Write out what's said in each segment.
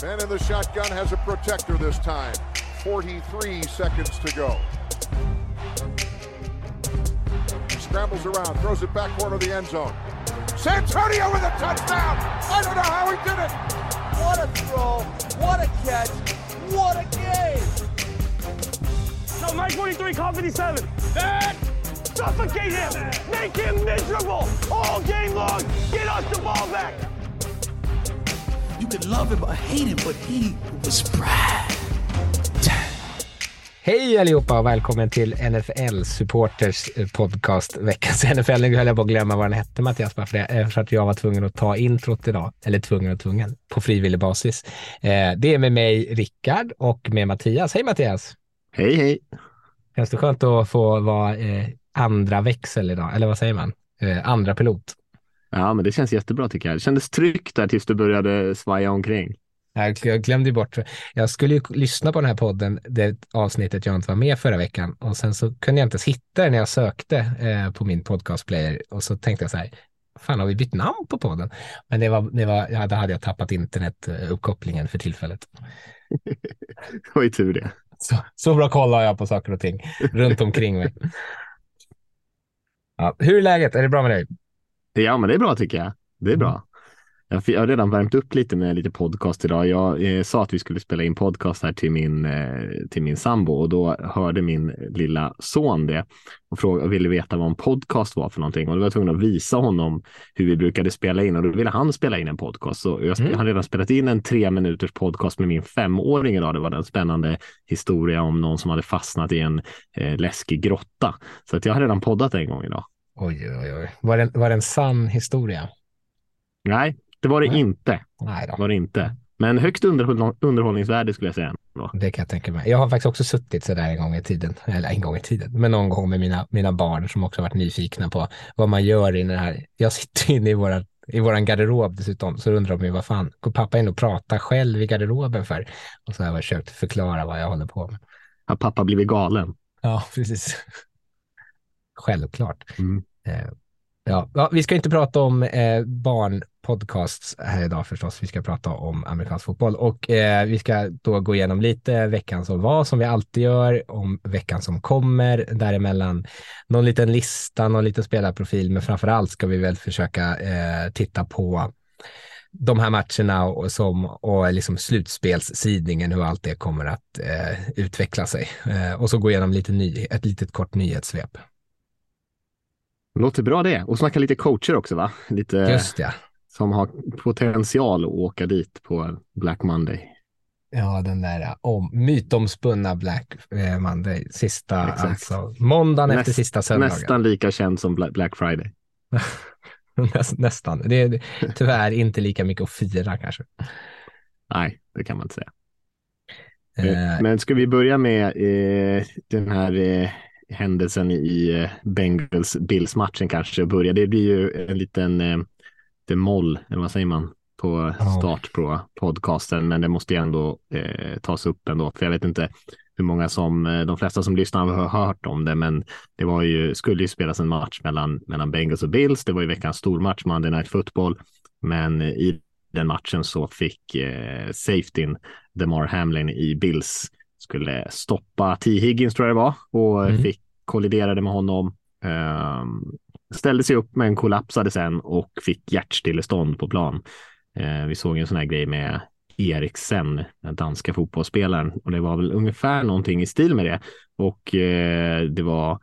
Man in the shotgun has a protector this time. 43 seconds to go. He scrambles around, throws it back corner of the end zone. Santonio with a touchdown! I don't know how he did it! What a throw, what a catch, what a game! So Mike 43, call 57. That! Suffocate him! Make him miserable! All game long! Get us the ball back! You could love him or hate him, but he was Brad. Hej allihopa och välkommen till NFL Supporters podcast, veckans NFL. Nu höll jag på att glömma vad den hette, Mattias, bara för att jag var tvungen att ta introt idag. Eller tvungen på frivillig basis. Det är med mig, Rickard, och med Mattias. Hej Mattias! Hej! Känns det skönt att få vara andra växel idag? Eller vad säger man? Andra pilot. Ja, men det känns jättebra tycker jag. Det kändes tryggt där tills du började svaja omkring. Jag glömde bort. Jag skulle ju lyssna på den här podden, det avsnittet jag inte var med förra veckan, och sen så kunde jag inte ens hitta det när jag sökte på min podcastplayer, och så tänkte jag så här, fan, har vi bytt namn på podden? Men då hade jag tappat internetuppkopplingen för tillfället. Det var ju tur det. Så bra kollar jag på saker och ting runt omkring mig. Ja, hur är läget? Är det bra med dig? Ja, men det är bra tycker jag. Det är bra. Jag har redan värmt upp lite med lite podcast idag. Jag sa att vi skulle spela in podcast här till min sambo, och då hörde min lilla son det och ville veta vad en podcast var för någonting. Och då var jag tvungen att visa honom hur vi brukade spela in, och då ville han spela in en podcast. Så jag hade redan spelat in en 3 minuters podcast med min 5-åring idag. Det var en spännande historia om någon som hade fastnat i en läskig grotta. Så att jag har redan poddat en gång idag. Oj. Var det en sann historia? Nej, det var det inte. Nej då. Var det inte. Men högst underhållningsvärde skulle jag säga. Då. Det kan jag tänka mig. Jag har faktiskt också suttit så där en gång i tiden, men någon gång med mina barn som också varit nyfikna på vad man gör i den här. Jag sitter inne i våran garderob dessutom, så undrar de ju vad fan går pappa in och pratar själv i garderoben för? Och så har jag försökt förklara vad jag håller på med. Har pappa blivit galen? Ja, precis. Självklart. Ja, vi ska inte prata om barnpodcasts här idag förstås. Vi ska prata om amerikansk fotboll, och vi ska då gå igenom lite veckan som var, som vi alltid gör, om veckan som kommer, däremellan någon liten lista, någon liten spelarprofil, men framförallt ska vi väl försöka titta på de här matcherna och liksom slutspelssidningen, hur allt det kommer att utveckla sig, och så gå igenom ett litet kort nyhetssvep. Låter bra det. Och snacka lite coacher också, va? Lite just det. Som har potential att åka dit på Black Monday. Ja, den där mytomspunna Black Monday. Sista, alltså måndagen efter sista söndagen. Nästan lika känd som Black Friday. Nästan. Det är tyvärr inte lika mycket att fira kanske. Nej, det kan man inte säga. Men ska vi börja med den här händelsen i Bengals-Bills-matchen kanske börja. Det blir ju en liten moll, eller vad säger man, på start på podcasten, men det måste ju ändå tas upp ändå, för jag vet inte hur många de flesta som lyssnar har hört om det, men det skulle ju spelas en match mellan Bengals och Bills. Det var ju veckans stormatch, Monday Night Football, men i den matchen så fick safetyn Damar Hamlin i Bills skulle stoppa T. Higgins, tror jag det var, och kolliderade med honom, ställde sig upp men kollapsade sen och fick hjärtstillestånd på plan. Vi såg en sån här grej med Eriksen, den danska fotbollsspelaren, och det var väl ungefär någonting i stil med det, och det var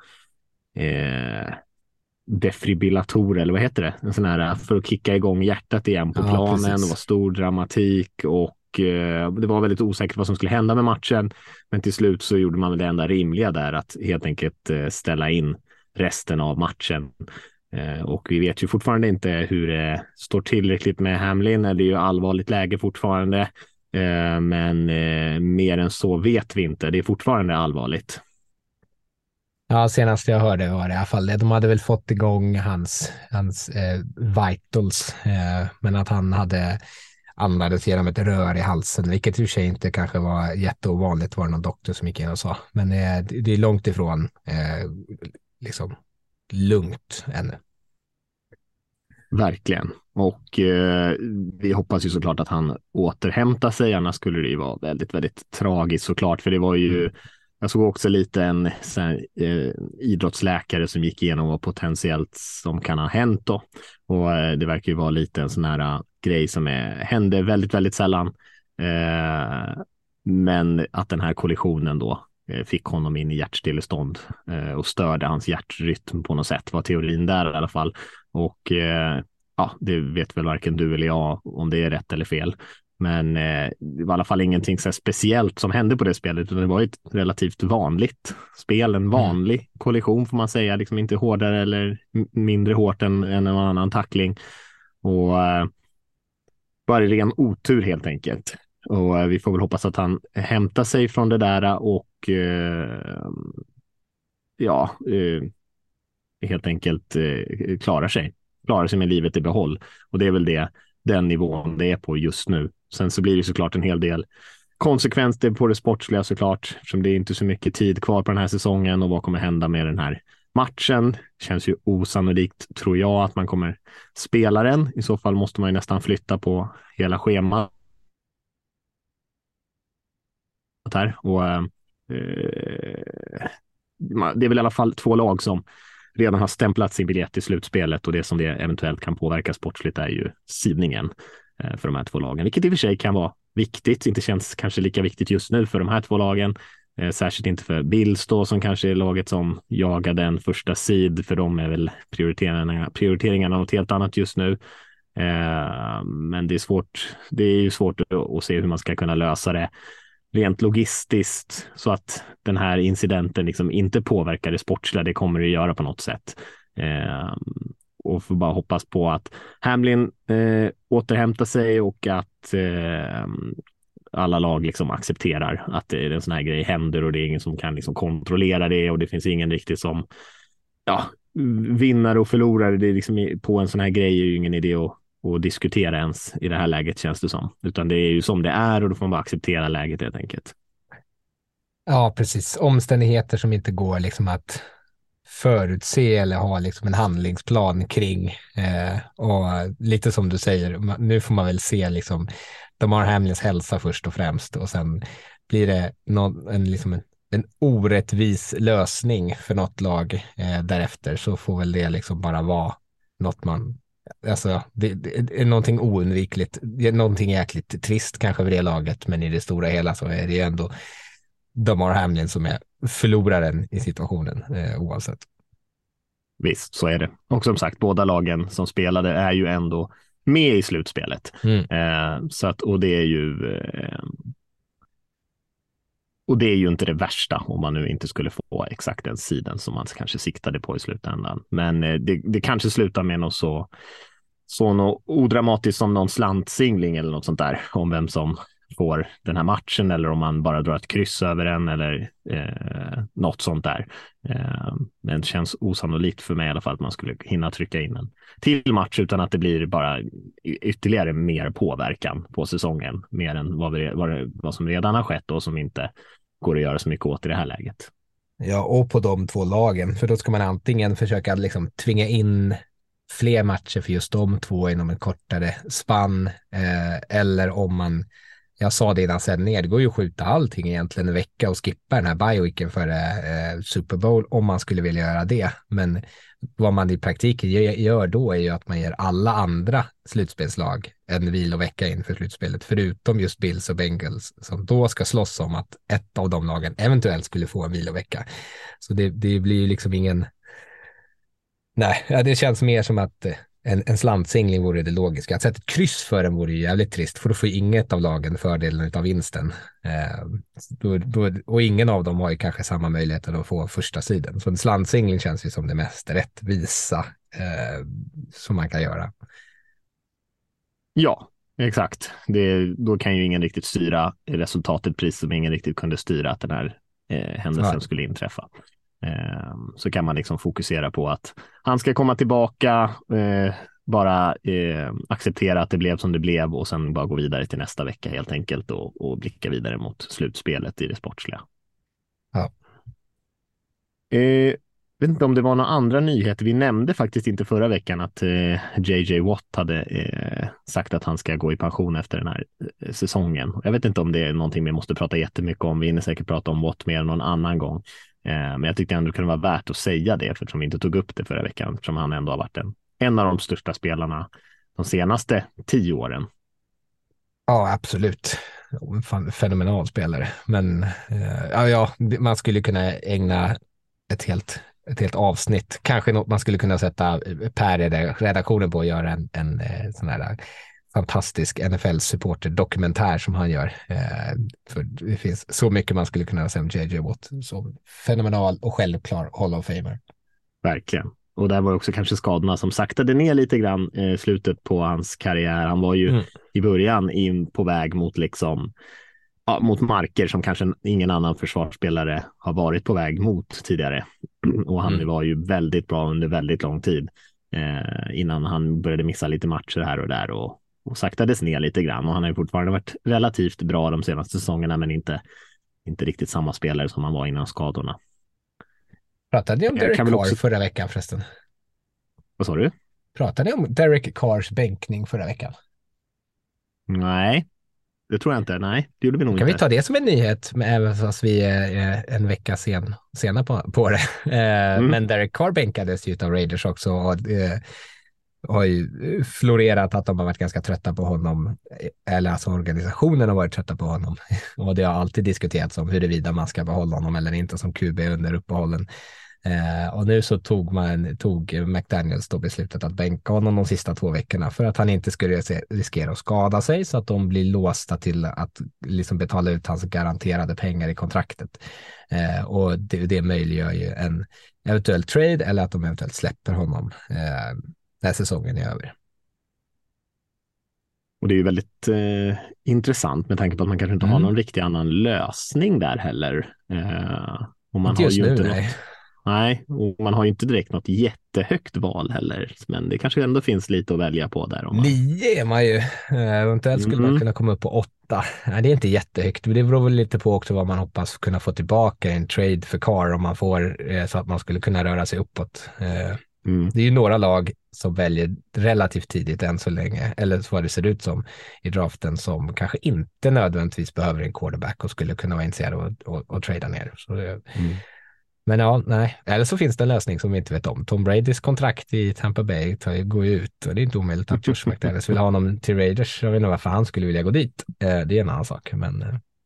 defibrillator, eller vad heter det? En sån här för att kicka igång hjärtat igen på planen. Precis. Det var stor dramatik, och det var väldigt osäkert vad som skulle hända med matchen, men till slut så gjorde man väl det enda rimliga där, att helt enkelt ställa in resten av matchen. Och vi vet ju fortfarande inte hur det står tillräckligt med Hamlin. Det är ju allvarligt läge fortfarande, men mer än så vet vi inte. Det är fortfarande allvarligt. Ja, senast jag hörde var det i alla fall det. De hade väl fått igång hans vitals, men att han hade andades genom ett rör i halsen, vilket i och för sig inte kanske var jätteovanligt, var det någon doktor som gick in och sa. Men det är långt ifrån liksom lugnt ännu. Verkligen. Och vi hoppas ju såklart att han återhämtar sig, annars skulle det ju vara väldigt, väldigt tragiskt såklart, för det var ju, jag såg också lite en idrottsläkare som gick igenom vad potentiellt som kan ha hänt då, och det verkar ju vara lite en sån här grej som händer väldigt, väldigt sällan, men att den här kollisionen då fick honom in i hjärtstillestånd och störde hans hjärtrytm på något sätt, var teorin där i alla fall. Och ja, det vet väl varken du eller jag om det är rätt eller fel. Men det var i alla fall ingenting så speciellt som hände på det spelet, utan det var ett relativt vanligt spel, en vanlig kollision får man säga, liksom inte hårdare eller mindre hårt än en annan tackling. Och bara ren otur helt enkelt. Och vi får väl hoppas att han hämtar sig från det där och helt enkelt klarar sig med livet i behåll. Och det är väl den nivån det är på just nu. Sen så blir det såklart en hel del konsekvenser på det sportsliga såklart, eftersom det är inte så mycket tid kvar på den här säsongen, och vad kommer hända med den här matchen. Känns ju osannolikt, tror jag, att man kommer spela den. I så fall måste man ju nästan flytta på hela schemat här. Och det är väl i alla fall 2 lag som redan har stämplat sin biljett i slutspelet, och det som det eventuellt kan påverka sportsligt är ju sidningen för de här 2 lagen, vilket i och för sig kan vara viktigt. Inte känns kanske lika viktigt just nu för de här 2 lagen, särskilt inte för Bills då, som kanske är laget som jagar den första seed, för de är väl prioriteringarna något helt annat just nu. Men det är ju svårt att se hur man ska kunna lösa det rent logistiskt så att den här incidenten liksom inte påverkar det sportsliga. Det kommer det att göra på något sätt. Och får bara hoppas på att Hamlin återhämtar sig, och att alla lag liksom accepterar att en sån här grej händer, och det är ingen som kan liksom kontrollera det, och det finns ingen riktigt som vinnare och förlorare. Det är liksom, på en sån här grej är ju ingen idé att diskutera ens i det här läget, känns det som. Utan det är ju som det är, och då får man bara acceptera läget helt enkelt. Ja, precis. Omständigheter som inte går liksom att förutse eller ha liksom en handlingsplan kring. Och lite som du säger, nu får man väl se liksom, de har Hamlins hälsa först och främst, och sen blir det en orättvis lösning för något lag därefter, så får väl det liksom bara vara något man, alltså det är någonting oundvikligt, det är någonting jäkligt trist kanske för det laget, men i det stora hela så är det ju ändå Damar Hamlin som är förloraren i situationen oavsett. Visst, så är det. Och som sagt, båda lagen som spelade är ju ändå med i slutspelet. Så att, och det är ju inte det värsta om man nu inte skulle få exakt den sidan som man kanske siktade på i slutändan. Men det kanske slutar med något så något odramatiskt som någon slantsingling eller något sånt där, om vem som får den här matchen, eller om man bara drar ett kryss över den, eller något sånt där. Men det känns osannolikt för mig i alla fall att man skulle hinna trycka in en till match utan att det blir bara ytterligare mer påverkan på säsongen, mer än vad som redan har skett och som inte går att göra så mycket åt i det här läget. Ja, och på de 2 lagen, för då ska man antingen försöka liksom tvinga in fler matcher för just de 2 inom en kortare spann, eller om man, jag sa det innan sändningen, det går ju att skjuta allting egentligen en vecka och skippa den här bye-weeken före Super Bowl om man skulle vilja göra det. Men vad man i praktiken gör då är ju att man ger alla andra slutspelslag en vilovecka inför slutspelet, förutom just Bills och Bengals som då ska slåss om att ett av de lagen eventuellt skulle få en vilovecka. Så det blir ju liksom ingen... Nej, det känns mer som att en slantsingling vore det logiska. Att sätta ett kryss för den vore ju jävligt trist, för då får inget av lagen fördelen av vinsten. Och ingen av dem har ju kanske samma möjlighet att få första sidan. Så en slantsingling känns ju som det mest rättvisa som man kan göra. Ja, exakt. Då kan ju ingen riktigt styra resultatet, precis som ingen riktigt kunde styra att den här händelsen skulle inträffa. Så kan man liksom fokusera på att han ska komma tillbaka, bara acceptera att det blev som det blev, och sen bara gå vidare till nästa vecka helt enkelt och blicka vidare mot slutspelet i det sportsliga. Ja. vet inte om det var några andra nyheter. Vi nämnde faktiskt inte förra veckan att JJ Watt hade sagt att han ska gå i pension efter den här säsongen. Jag vet inte om det är någonting vi måste prata jättemycket om. Vi hinner säkert prata om Watt mer någon annan gång. Men jag tyckte ändå det kunde vara värt att säga det, eftersom vi inte tog upp det förra veckan, eftersom han ändå har varit en av de största spelarna de senaste 10 åren. Ja, absolut. Fenomenal spelare. Men man skulle kunna ägna ett helt avsnitt. Kanske man skulle kunna sätta Per i redaktionen på att göra en sån här fantastisk NFL-supporter-dokumentär som han gör. För det finns så mycket man skulle kunna säga om JJ Watt som fenomenal och självklar Hall of Famer. Verkligen. Och där var också kanske skadorna som saktade ner lite grann slutet på hans karriär. Han var ju i början på väg mot mot marker som kanske ingen annan försvarsspelare har varit på väg mot tidigare. Och han var ju väldigt bra under väldigt lång tid innan han började missa lite matcher här och där och saktades ner lite grann. Och han har ju fortfarande varit relativt bra de senaste säsongerna, men inte riktigt samma spelare som han var innan skadorna. Pratade ni om Derek Carr förra veckan förresten? Vad sa du? Pratade ni om Derek Carrs bänkning förra veckan? Nej, det tror jag inte. Nej, det gjorde vi nog inte. Kan vi ta det som en nyhet, även fast vi är en vecka sena på det. Men Derek Carr bänkades ju av Raiders också och har ju florerat att de har varit ganska trötta på honom, eller alltså organisationen har varit trötta på honom. Och det har alltid diskuterats om huruvida man ska behålla honom eller inte som QB under uppehållen. Och nu så tog McDaniels då beslutet att bänka honom de sista 2 veckorna för att han inte skulle riskera att skada sig, så att de blir låsta till att liksom betala ut hans garanterade pengar i kontraktet. Och det möjliggör ju en eventuell trade eller att de eventuellt släpper honom när säsongen är över. Och det är ju väldigt intressant med tanke på att man kanske inte har någon riktig annan lösning där heller. Och man inte har ju nu, inte nej. Nej, och man har ju inte direkt något jättehögt val heller, men det kanske ändå finns lite att välja på där. 9 är man ju. Eventuellt skulle man kunna komma upp på 8. Nej, det är inte jättehögt, men det beror väl lite på också vad man hoppas kunna få tillbaka i en trade för Carr om man får så att man skulle kunna röra sig uppåt. Det är ju några lag som väljer relativt tidigt än så länge, eller så vad det ser ut som i draften, som kanske inte nödvändigtvis behöver en quarterback och skulle kunna vara intresserade och trada ner. Så det, men ja, nej. Eller så finns det en lösning som vi inte vet om. Tom Bradys kontrakt i Tampa Bay går ju ut och det är inte omöjligt att Josh McDaniels vill ha honom till Raiders. Jag vet inte varför han skulle vilja gå dit. Det är en annan sak, men...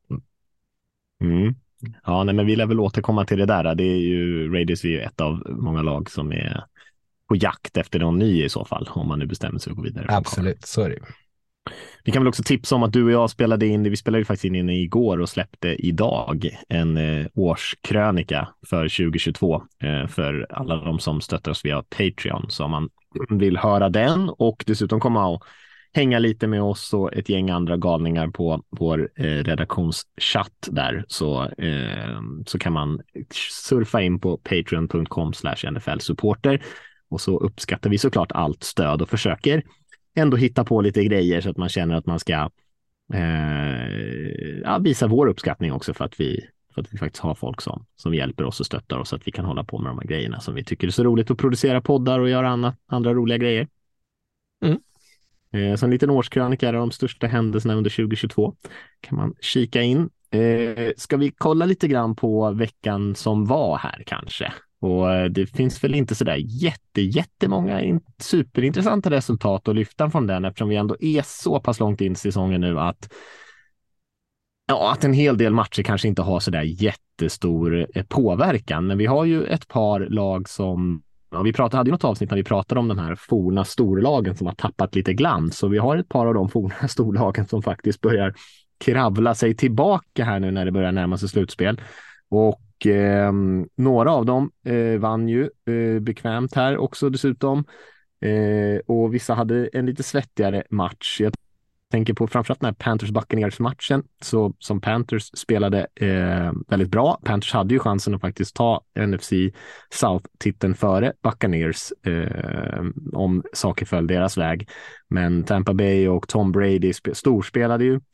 Ja, nej, men vi lär väl återkomma till det där. Det är ju, Raiders är ju ett av många lag som är på jakt efter någon ny i så fall, om man nu bestämmer sig att gå vidare. Absolut, så är det. Vi kan väl också tipsa om att du och jag spelade in, vi spelade ju faktiskt in igår och släppte idag en årskrönika för 2022 för alla de som stöttar oss via Patreon. Så om man vill höra den och dessutom komma och hänga lite med oss och ett gäng andra galningar på vår redaktionschatt där, så kan man surfa in på patreon.com/NFL-supporter, och så uppskattar vi såklart allt stöd och försöker ändå hitta på lite grejer så att man känner att man ska visa vår uppskattning också för att vi faktiskt har folk som hjälper oss och stöttar oss så att vi kan hålla på med de här grejerna som vi tycker är så roligt, att producera poddar och göra andra roliga grejer. Så en liten årskrönika av de största händelserna under 2022 kan man kika in. Ska vi kolla lite grann på veckan som var här kanske? Och det finns väl inte sådär jättemånga superintressanta resultat att lyfta från den, eftersom vi ändå är så pass långt in i säsongen nu att en hel del matcher kanske inte har sådär jättestor påverkan. Men vi har ju ett par lag som, vi hade ju något avsnitt när vi pratade om de här forna storlagen som har tappat lite glans, och vi har ett par av de forna storlagen som faktiskt börjar kravla sig tillbaka här nu när det börjar närma sig slutspel. Och några av dem vann ju bekvämt här också dessutom, och vissa hade en lite svettigare match. Jag tänker på framförallt den här Panthers-Buccaneers-matchen som Panthers spelade väldigt bra. Panthers hade ju chansen att faktiskt ta NFC South-titeln före Buccaneers om saker föll deras väg, men Tampa Bay och Tom Brady storspelade ju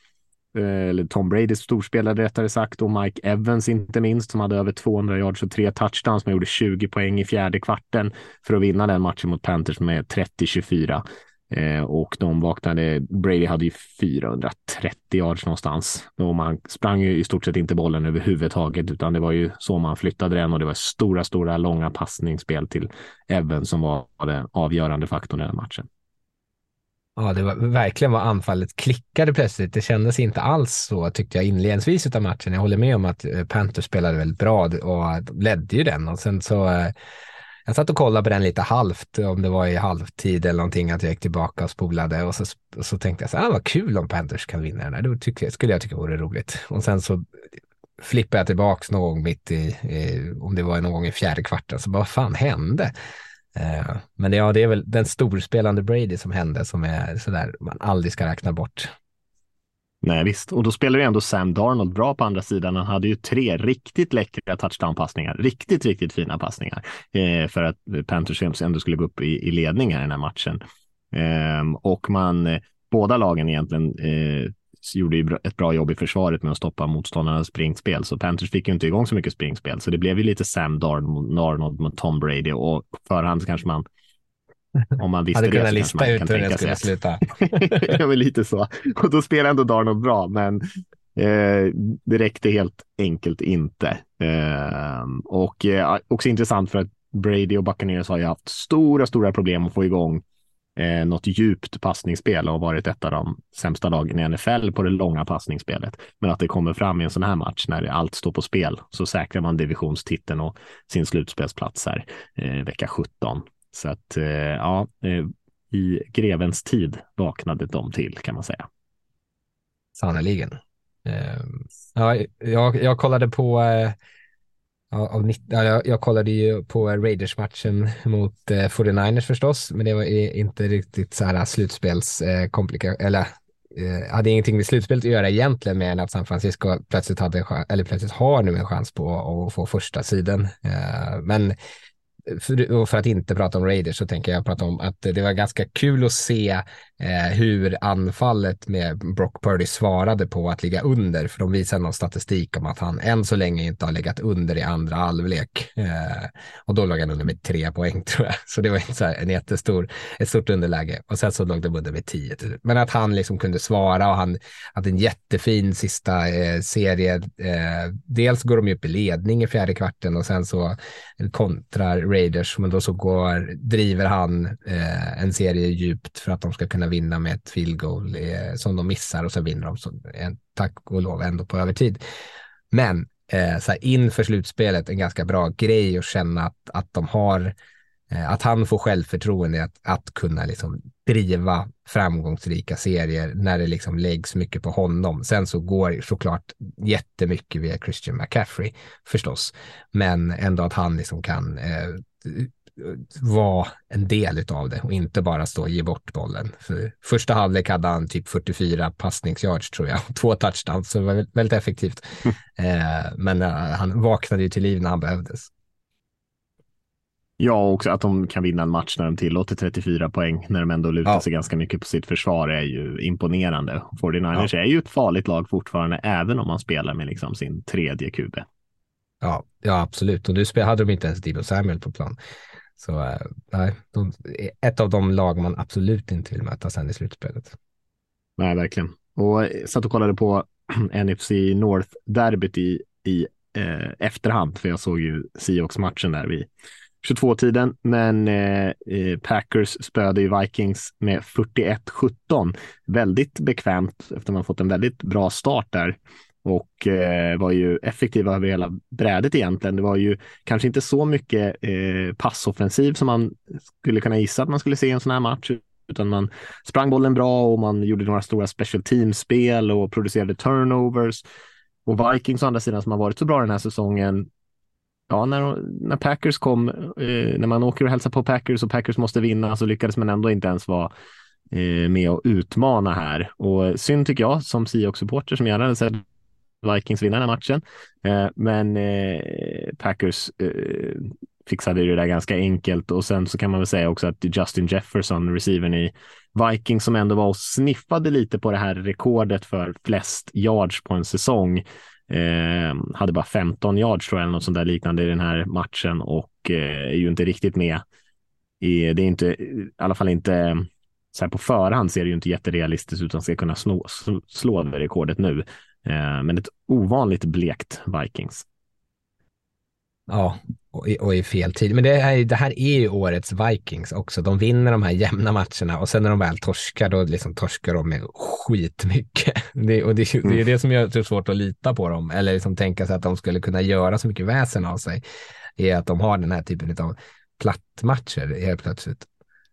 eller Tom Brady storspelade rättare sagt, och Mike Evans inte minst, som hade över 200 yards och 3 touchdowns, som gjorde 20 poäng i fjärde kvarten för att vinna den matchen mot Panthers med 30-24. Och Brady hade ju 430 yards någonstans, och man sprang ju i stort sett inte bollen överhuvudtaget, utan det var ju så man flyttade den, och det var stora långa passningsspel till Evans som var den avgörande faktorn i den matchen. Ja, det var verkligen vad anfallet klickade plötsligt. Det kändes inte alls så, tyckte jag, inledningsvis utav matchen. Jag håller med om att Panthers spelade väldigt bra och ledde ju den, och sen så jag satt och kollade på den lite halvt, om det var i halvtid eller någonting, att jag gick tillbaka och spolade, och så tänkte jag så här, vad kul om Panthers kan vinna den här. Det skulle jag tycka vore roligt. Och sen så flippade jag tillbaks någon gång mitt i om det var någon gång i fjärde kvarten, så vad fan hände? Men det är väl den storspelande Brady som hände, som är sådär man aldrig ska räkna bort. Nej visst, och då spelar ju ändå Sam Darnold bra på andra sidan. Han hade ju 3 riktigt läckra touchdown-passningar, riktigt fina passningar, för att Panthers ändå skulle gå upp i ledning här i den här matchen. Och båda lagen egentligen gjorde ju ett bra jobb i försvaret med att stoppa motståndarnas springspel, så Panthers fick ju inte igång så mycket springspel, så det blev ju lite Sam Darnold mot Tom Brady, och förhand kanske man, om man visste hade det, kunnat så lista man ut kan hur tänka den skulle sig sluta. Ja, men lite så. Och då spelar ändå Darnold bra, men det räckte helt enkelt inte. Och också intressant, för att Brady och Buccaneers har ju haft stora problem att få igång något djupt passningsspel, och varit ett av de sämsta lagen i NFL på det långa passningsspelet. Men att det kommer fram i en sån här match när allt står på spel, så säkrar man divisionstiteln och sin slutspelsplats här vecka 17. Så att i grevens tid vaknade de till, kan man säga. Sannoliken. Jag kollade på jag kollade ju på Raiders-matchen mot 49ers förstås, men det var inte riktigt så här hade ingenting med slutspelet att göra egentligen, med att San Francisco plötsligt har nu en chans på att få första sidan. Men för att inte prata om Raiders, så tänker jag prata om att det var ganska kul att se hur anfallet med Brock Purdy svarade på att ligga under, för de visar någon statistik om att han än så länge inte har legat under i andra halvlek, och då låg han under med 3 poäng, tror jag, så det var inte så här ett stort underläge, och sen så låg de under med 10, men att han liksom kunde svara, och han hade en jättefin sista serie. Dels går de upp i ledning i fjärde kvarten, och sen så kontrar Raiders, men då driver han en serie djupt för att de ska kunna vinna med ett field goal som de missar, och så vinner de, tack och lov, ändå på övertid. Men så här, inför slutspelet en ganska bra grej att känna att de har, att han får självförtroende att kunna liksom driva framgångsrika serier när det liksom läggs mycket på honom. Sen så går såklart jättemycket via Christian McCaffrey förstås, men ändå att han liksom kan vara en del utav det och inte bara stå och ge bort bollen. För första halvlek hade han typ 44 passningsyards, tror jag, 2 touchdowns, så det var väldigt effektivt. Men han vaknade ju till liv när han behövdes. Ja, också att de kan vinna en match när de tillåter 34 poäng, när de ändå lutar sig ganska mycket på sitt försvar, är ju imponerande. 49ers är ju ett farligt lag fortfarande, även om man spelar med liksom sin 3:e QB. Ja, absolut. Och nu hade de inte ens Deebo Samuel på plan. Så nej, ett av de lag man absolut inte vill möta sen i slutspelet. Nej, verkligen. Och satt och kollade på NFC North-derbyt i efterhand, för jag såg ju Seahawks-matchen där vid 22-tiden, men Packers spöade ju Vikings med 41-17. Väldigt bekvämt, efter man fått en väldigt bra start där. Och var ju effektiva över hela brädet egentligen. Det var ju kanske inte så mycket passoffensiv som man skulle kunna gissa att man skulle se i en sån här match, utan man sprang bollen bra och man gjorde några stora special team-spel och producerade turnovers. Och Vikings å andra sidan, som har varit så bra den här säsongen, ja, när Packers kom, när man åker och hälsar på Packers och Packers måste vinna, så lyckades man ändå inte ens vara med och utmana här. Och synd, tycker jag, som Seahawks-supporter, som gärna hade sett Vikings vinna den här matchen. Men Packers fixade det där ganska enkelt. Och sen så kan man väl säga också att Justin Jefferson, receivern i Vikings som ändå var och sniffade lite på det här rekordet för flest yards på en säsong. Hade bara 15 yards tror jag eller något sånt där liknande i den här matchen och är ju inte riktigt med. Det är inte, i alla fall inte så här på förhand ser det ju inte jätterealistiskt utan ska kunna slå det rekordet nu. Men ett ovanligt blekt Vikings. Ja, och i fel tid. Men det här är ju årets Vikings också. De vinner de här jämna matcherna och sen när de väl torskar, då liksom torskar de med skitmycket. Det är det som gör det svårt att lita på dem. Eller liksom tänka sig att de skulle kunna göra så mycket väsen av sig. Är att de har den här typen av plattmatcher helt plötsligt.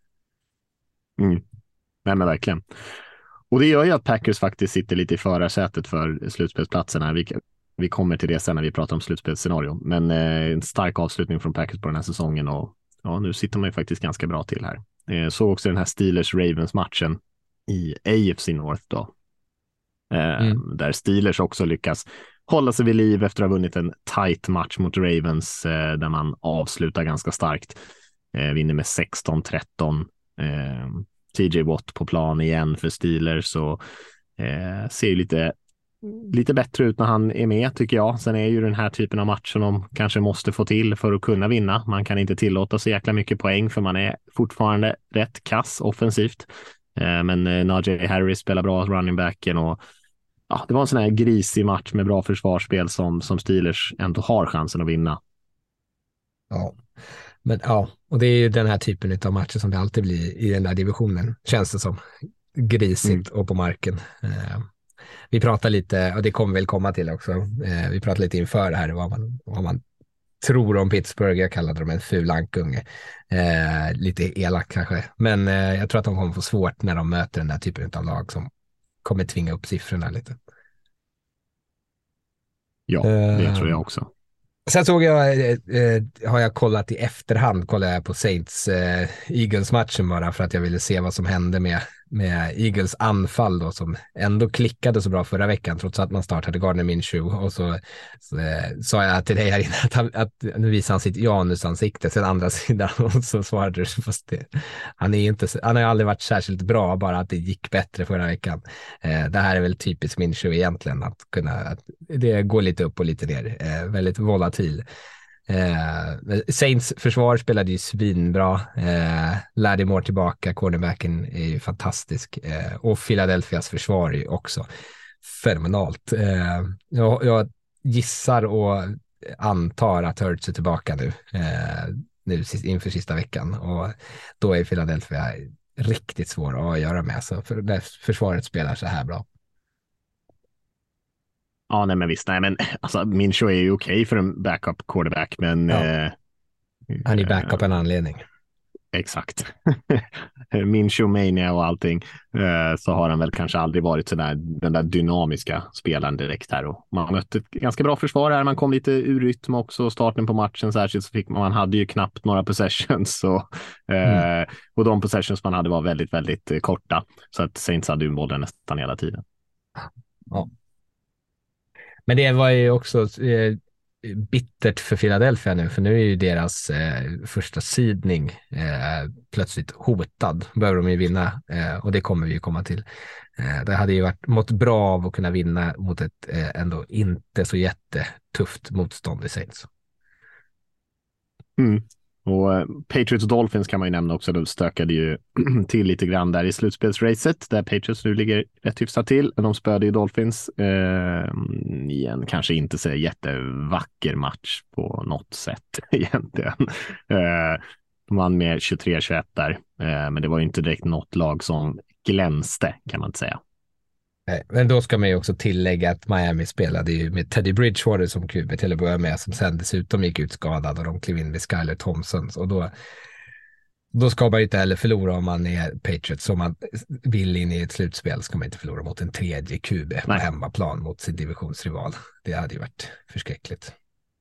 Nej men verkligen. Och det gör ju att Packers faktiskt sitter lite i förarsätet för slutspelsplatserna. Vi kommer till det sen när vi pratar om slutspelsscenario. Men en stark avslutning från Packers på den här säsongen och ja, nu sitter man ju faktiskt ganska bra till här. Så också den här Steelers-Ravens-matchen i AFC North då. Där Steelers också lyckas hålla sig vid liv efter att ha vunnit en tight match mot Ravens där man avslutar ganska starkt. Vinner med 16-13. TJ Watt på plan igen för Steelers och ser lite bättre ut när han är med tycker jag. Sen är ju den här typen av match som de kanske måste få till för att kunna vinna. Man kan inte tillåta så jäkla mycket poäng för man är fortfarande rätt kass offensivt. Men Najee Harris spelar bra running backen och ja, det var en sån här grisig match med bra försvarsspel som Steelers ändå har chansen att vinna. Ja. Men ja, och det är ju den här typen av matcher som det alltid blir i den där divisionen, känns det som. Grisigt och på marken. Vi pratar lite, och det kommer väl komma till också, vi pratar lite inför det här vad man tror om Pittsburgh. Jag kallade dem en ful ankunge. Lite elak kanske. Men jag tror att de kommer få svårt när de möter den där typen av lag som kommer tvinga upp siffrorna lite. Ja, det tror jag också. Sen såg jag, har jag kollat i efterhand, kollade jag på Saints Eagles-matchen bara för att jag ville se vad som hände med Eagles anfall då, som ändå klickade så bra förra veckan trots att man startade Gardner Minshew och så sa jag till dig här inne att nu visar han sitt janusansikte sen andra sidan och så svarade du fast han har ju aldrig varit särskilt bra, bara att det gick bättre förra veckan. Det här är väl typiskt Minshew egentligen, att det går lite upp och lite ner, väldigt volatil. Saints försvar spelade ju svinbra, Lattimore tillbaka, cornerbacken är ju fantastisk, och Philadelphias försvar är ju också fenomenalt. Jag gissar och antar att Hurts är tillbaka nu inför sista veckan och då är Philadelphia riktigt svår att göra med, så för försvaret spelar så här bra. Ja, nej men visst. Nej, men alltså Minshew är ju okej för en backup quarterback, men han är backup en anledning. Exakt. Minshew mania och allting, så har han väl kanske aldrig varit den där dynamiska spelaren direkt här, och man mötte ett ganska bra försvar här, man kom lite ur rytm också, starten på matchen särskilt så man hade ju knappt några possessions och de possessions man hade var väldigt, väldigt korta, så att Saints hade ju bollen nästan hela tiden. Ja. Men det var ju också bittert för Philadelphia nu, för nu är ju deras första sidning plötsligt hotad. Behöver de ju vinna, och det kommer vi ju komma till. Det hade ju mått bra av att kunna vinna mot ett ändå inte så jättetufft motstånd i Saints. Och Patriots och Dolphins kan man ju nämna också. De stökade ju till lite grann där i slutspelsracet där Patriots nu ligger rätt hyfsat till. De spöade ju Dolphins i en kanske inte så jättevacker match på något sätt egentligen. De vann med 23-21 där, men det var ju inte direkt något lag som glänste, kan man inte säga. Men då ska man ju också tillägga att Miami spelade ju med Teddy Bridgewater som QB till att börja med, som sen dessutom gick ut skadad och de klev in med Skyler Thompson. Och då ska man ju inte heller förlora om man är Patriots. Om man vill in i ett slutspel ska man inte förlora mot en tredje QB på hemmaplan mot sin divisionsrival. Det hade ju varit förskräckligt.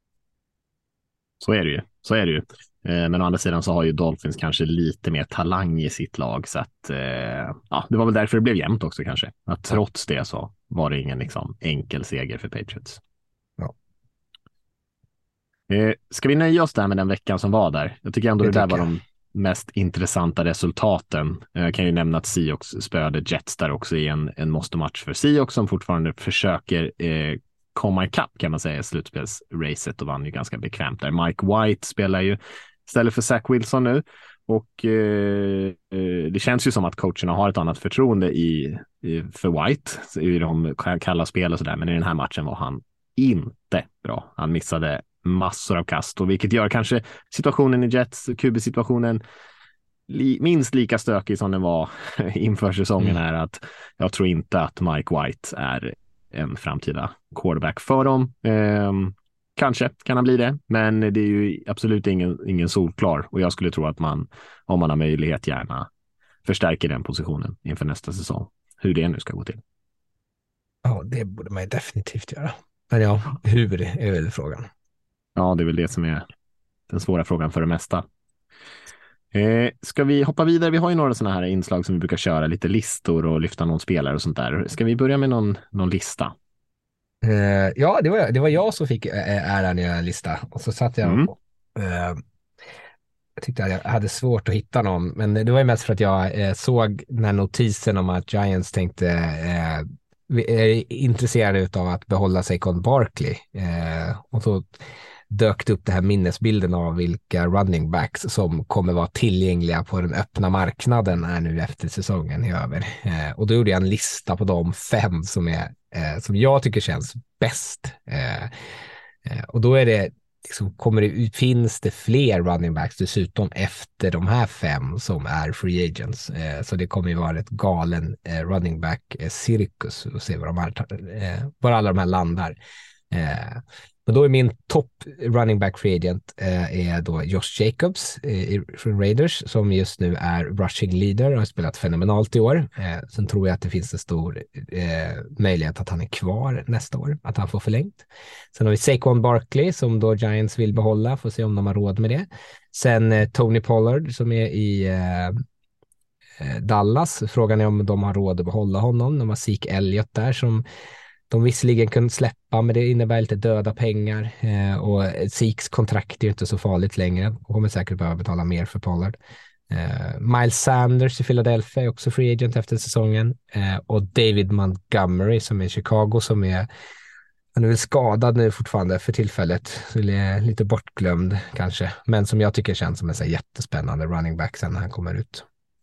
Så är det ju. Men å andra sidan så har ju Dolphins kanske lite mer talang i sitt lag, så att det var väl därför det blev jämnt också kanske. Att trots det så var det ingen liksom enkel seger för Patriots. Ja. Ska vi nöja oss där med den veckan som var där? Jag tycker ändå det där var mest intressanta resultaten. Jag kan ju nämna att Seahawks spöade Jets där också i en måste-match för Seahawks som fortfarande försöker komma ikapp kan man säga i slutspelsracet och vann ju ganska bekvämt där. Mike White spelar ju istället för Zach Wilson nu och det känns ju som att coacherna har ett annat förtroende för White i de kalla spel och sådär, men i den här matchen var han inte bra. Han missade massor av kast och vilket gör kanske situationen i Jets, QB-situationen minst lika stökig som den var inför säsongen här, att jag tror inte att Mike White är en framtida quarterback för dem. Kanske kan han bli det, men det är ju absolut ingen solklar och jag skulle tro att man, om man har möjlighet, gärna förstärker den positionen inför nästa säsong. Hur det nu ska gå till. Ja, det borde man ju definitivt göra. Men ja, hur är väl frågan. Ja, det är väl det som är den svåra frågan för det mesta. Ska vi hoppa vidare? Vi har ju några sådana här inslag som vi brukar köra, lite listor och lyfta någon spelare och sånt där. Ska vi börja med någon lista? Ja, det var jag som fick äran i en lista. Och så satt jag jag tyckte att jag hade svårt att hitta någon. Men det var ju mest för att jag såg den här notisen om att Giants tänkte är intresserade av att behålla Saquon Barkley. Och så dök det upp det här minnesbilden av vilka running backs som kommer vara tillgängliga på den öppna marknaden är nu efter säsongen är över. Och då gjorde jag en lista på de 5 som jag tycker känns bäst. Och då är det liksom, finns det fler running backs dessutom efter de här 5 som är free agents. Så det kommer ju vara ett galen running back cirkus och se var alla de här landar. Men då är min topp running back free agent är då Josh Jacobs från Raiders som just nu är rushing leader och har spelat fenomenalt i år. Sen tror jag att det finns en stor möjlighet att han är kvar nästa år, att han får förlängt. Sen har vi Saquon Barkley som då Giants vill behålla, får se om de har råd med det. Sen Tony Pollard som är i Dallas. Frågan är om de har råd att behålla honom. De har Zeke Elliott där som de visserligen kunde släppa, men det innebär lite döda pengar och Zeeks kontrakt är ju inte så farligt längre. De kommer säkert behöva betala mer för Pollard. Miles Sanders i Philadelphia är också free agent efter säsongen. Och David Montgomery som är i Chicago han är väl skadad nu fortfarande för tillfället. Så lite bortglömd kanske. Men som jag tycker känns som en så jättespännande running back sen när han kommer ut.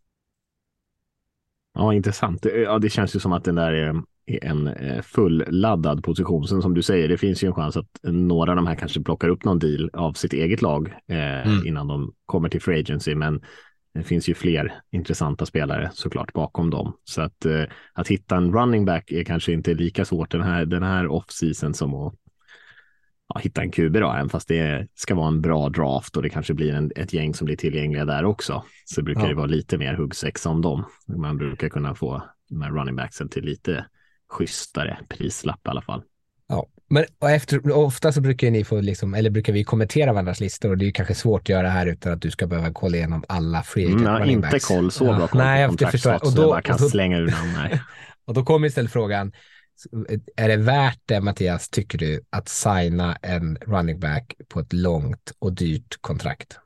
Ja, intressant. Ja, det känns ju som att den där är en full-laddad position. Sen som du säger, det finns ju en chans att några av de här kanske plockar upp någon deal av sitt eget lag innan de kommer till free agency, men det finns ju fler intressanta spelare såklart bakom dem. Så att hitta en running back är kanske inte lika svårt den här off-season som att hitta en QB då, även fast det ska vara en bra draft och det kanske blir ett gäng som blir tillgängliga där också. Så brukar det vara lite mer huggsexa om dem. Man brukar kunna få de här running backsen till lite schysstare prislapp i alla fall. Ja, men ofta så brukar ni få brukar vi kommentera varandras listor och det är ju kanske svårt att göra här utan att du ska behöva kolla igenom alla free agent running backs. Inte koll, så bra koll. Nej, jag förstår. Och då bara kan slänga ur namn. Och då kommer istället frågan, är det värt det, Mattias, tycker du, att signa en running back på ett långt och dyrt kontrakt?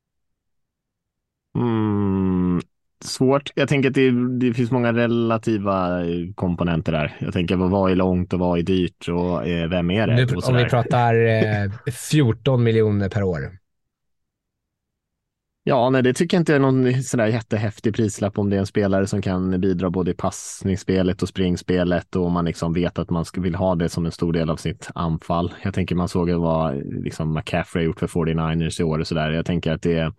Svårt. Jag tänker att det finns många relativa komponenter där. Jag tänker vad är långt och vad är dyrt och vem är det? Nu, om vi pratar 14 miljoner per år. Ja, nej, det tycker jag inte är någon sådär jättehäftig prislapp om det är en spelare som kan bidra både i passningsspelet och springspelet och man liksom vet att man vill ha det som en stor del av sitt anfall. Jag tänker man såg vad liksom McCaffrey gjort för 49ers i år och sådär. Jag tänker att det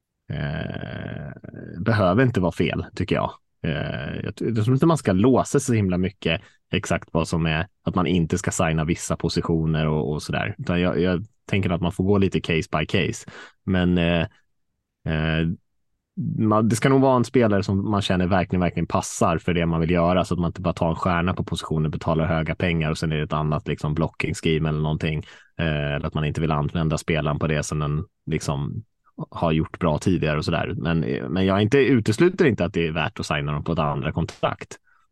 behöver inte vara fel, tycker jag. Jag tror inte man ska låsa sig så himla mycket exakt vad som är att man inte ska signa vissa positioner och sådär. Utan jag tänker att man får gå lite case by case. Men det ska nog vara en spelare som man känner verkligen passar för det man vill göra, så att man inte bara tar en stjärna på positionen, betalar höga pengar och sen är det ett annat liksom blocking scheme eller någonting. Eller att man inte vill använda spelaren på det som den liksom har gjort bra tidigare och sådär. Men jag utesluter inte att det är värt att signa dem på ett andra kontrakt.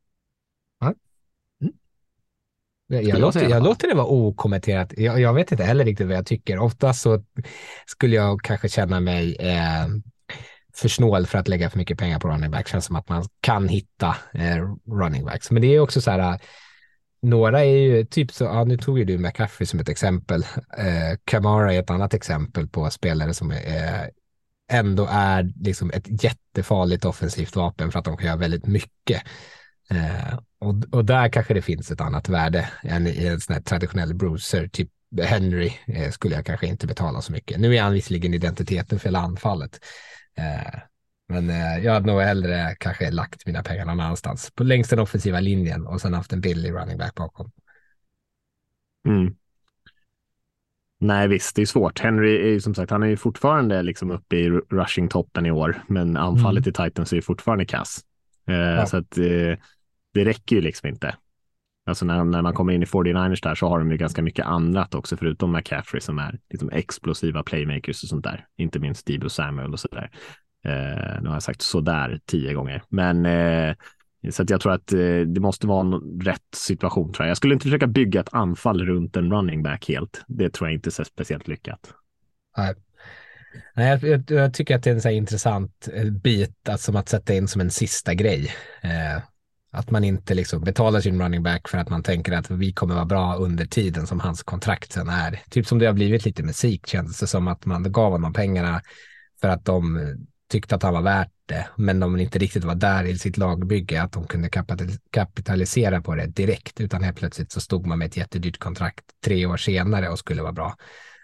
Jag låter det vara okommenterat. Jag vet inte heller riktigt vad jag tycker. Ofta så skulle jag kanske känna mig för snål för att lägga för mycket pengar på running back. Känns som att man kan hitta running backs. Men det är också så här, några är ju typ så, ja, nu tog ju du McCaffrey som ett exempel. Kamara är ett annat exempel på spelare som ändå är liksom ett jättefarligt offensivt vapen för att de kan göra väldigt mycket. Och där kanske det finns ett annat värde än i en sån här traditionell bruiser, typ Henry skulle jag kanske inte betala så mycket. Nu är han visserligen identiteten för hela anfallet. Men jag hade nog hellre kanske lagt mina pengar någon annanstans. På längs den offensiva linjen och sen haft en billig running back bakom. Nej visst, det är svårt. Henry är ju som sagt, han är ju fortfarande liksom uppe i rushing-toppen i år. Men anfallet i Titans är ju fortfarande kass. Så att det räcker ju liksom inte. Alltså när man kommer in i 49ers där så har de ju ganska mycket annat också förutom McCaffrey som är liksom explosiva playmakers och sånt där. Inte minst Deebo Samuel och sådär. Nu har jag sagt sådär 10 gånger. Men så att jag tror att det måste vara en rätt situation tror jag. Jag skulle inte försöka bygga ett anfall runt en running back helt. Det tror jag inte är så speciellt lyckat. Nej, jag tycker att det är en så här intressant bit som att sätta in som en sista grej. Att man inte liksom betalar sin running back för att man tänker att vi kommer vara bra under tiden som hans kontrakt sen är. Typ som det har blivit lite med Zeke, känns det som att man gav honom pengarna för att de tyckte att han var värt det, men de inte riktigt var där i sitt lagbygge att de kunde kapitalisera på det direkt, utan helt plötsligt så stod man med ett jättedyrt kontrakt 3 år senare och skulle vara bra.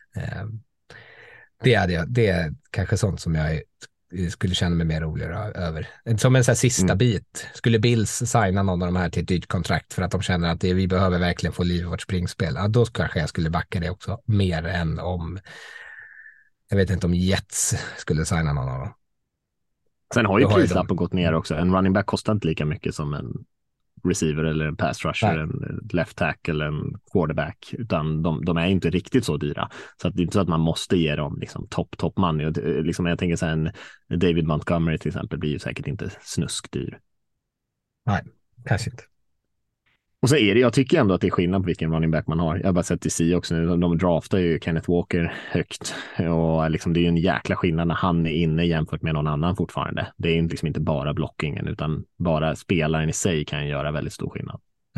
Det är kanske sånt som jag skulle känna mig mer roligare över. Som en sån här sista bit. Skulle Bills signa någon av de här till ett dyrt kontrakt för att de känner att vi behöver verkligen få liv i vårt springspel, ja, då kanske jag skulle backa det också mer än om jag vet inte om Jets skulle signa någon av dem. Sen har ju prislappen gått ner också. En running back kostar inte lika mycket som en receiver eller en pass rusher, en left tackle eller en quarterback, utan de är inte riktigt så dyra. Så att det är inte så att man måste ge dem liksom top money. Och liksom jag tänker så här, en David Montgomery till exempel blir ju säkert inte snuskdyr. Nej, kanske inte. Och så är det, jag tycker ändå att det är skillnad på vilken running back man har. Jag har bara sett DC också nu, de draftar ju Kenneth Walker högt. Och liksom det är ju en jäkla skillnad när han är inne jämfört med någon annan fortfarande. Det är liksom inte bara blockingen, utan bara spelaren i sig kan göra väldigt stor skillnad.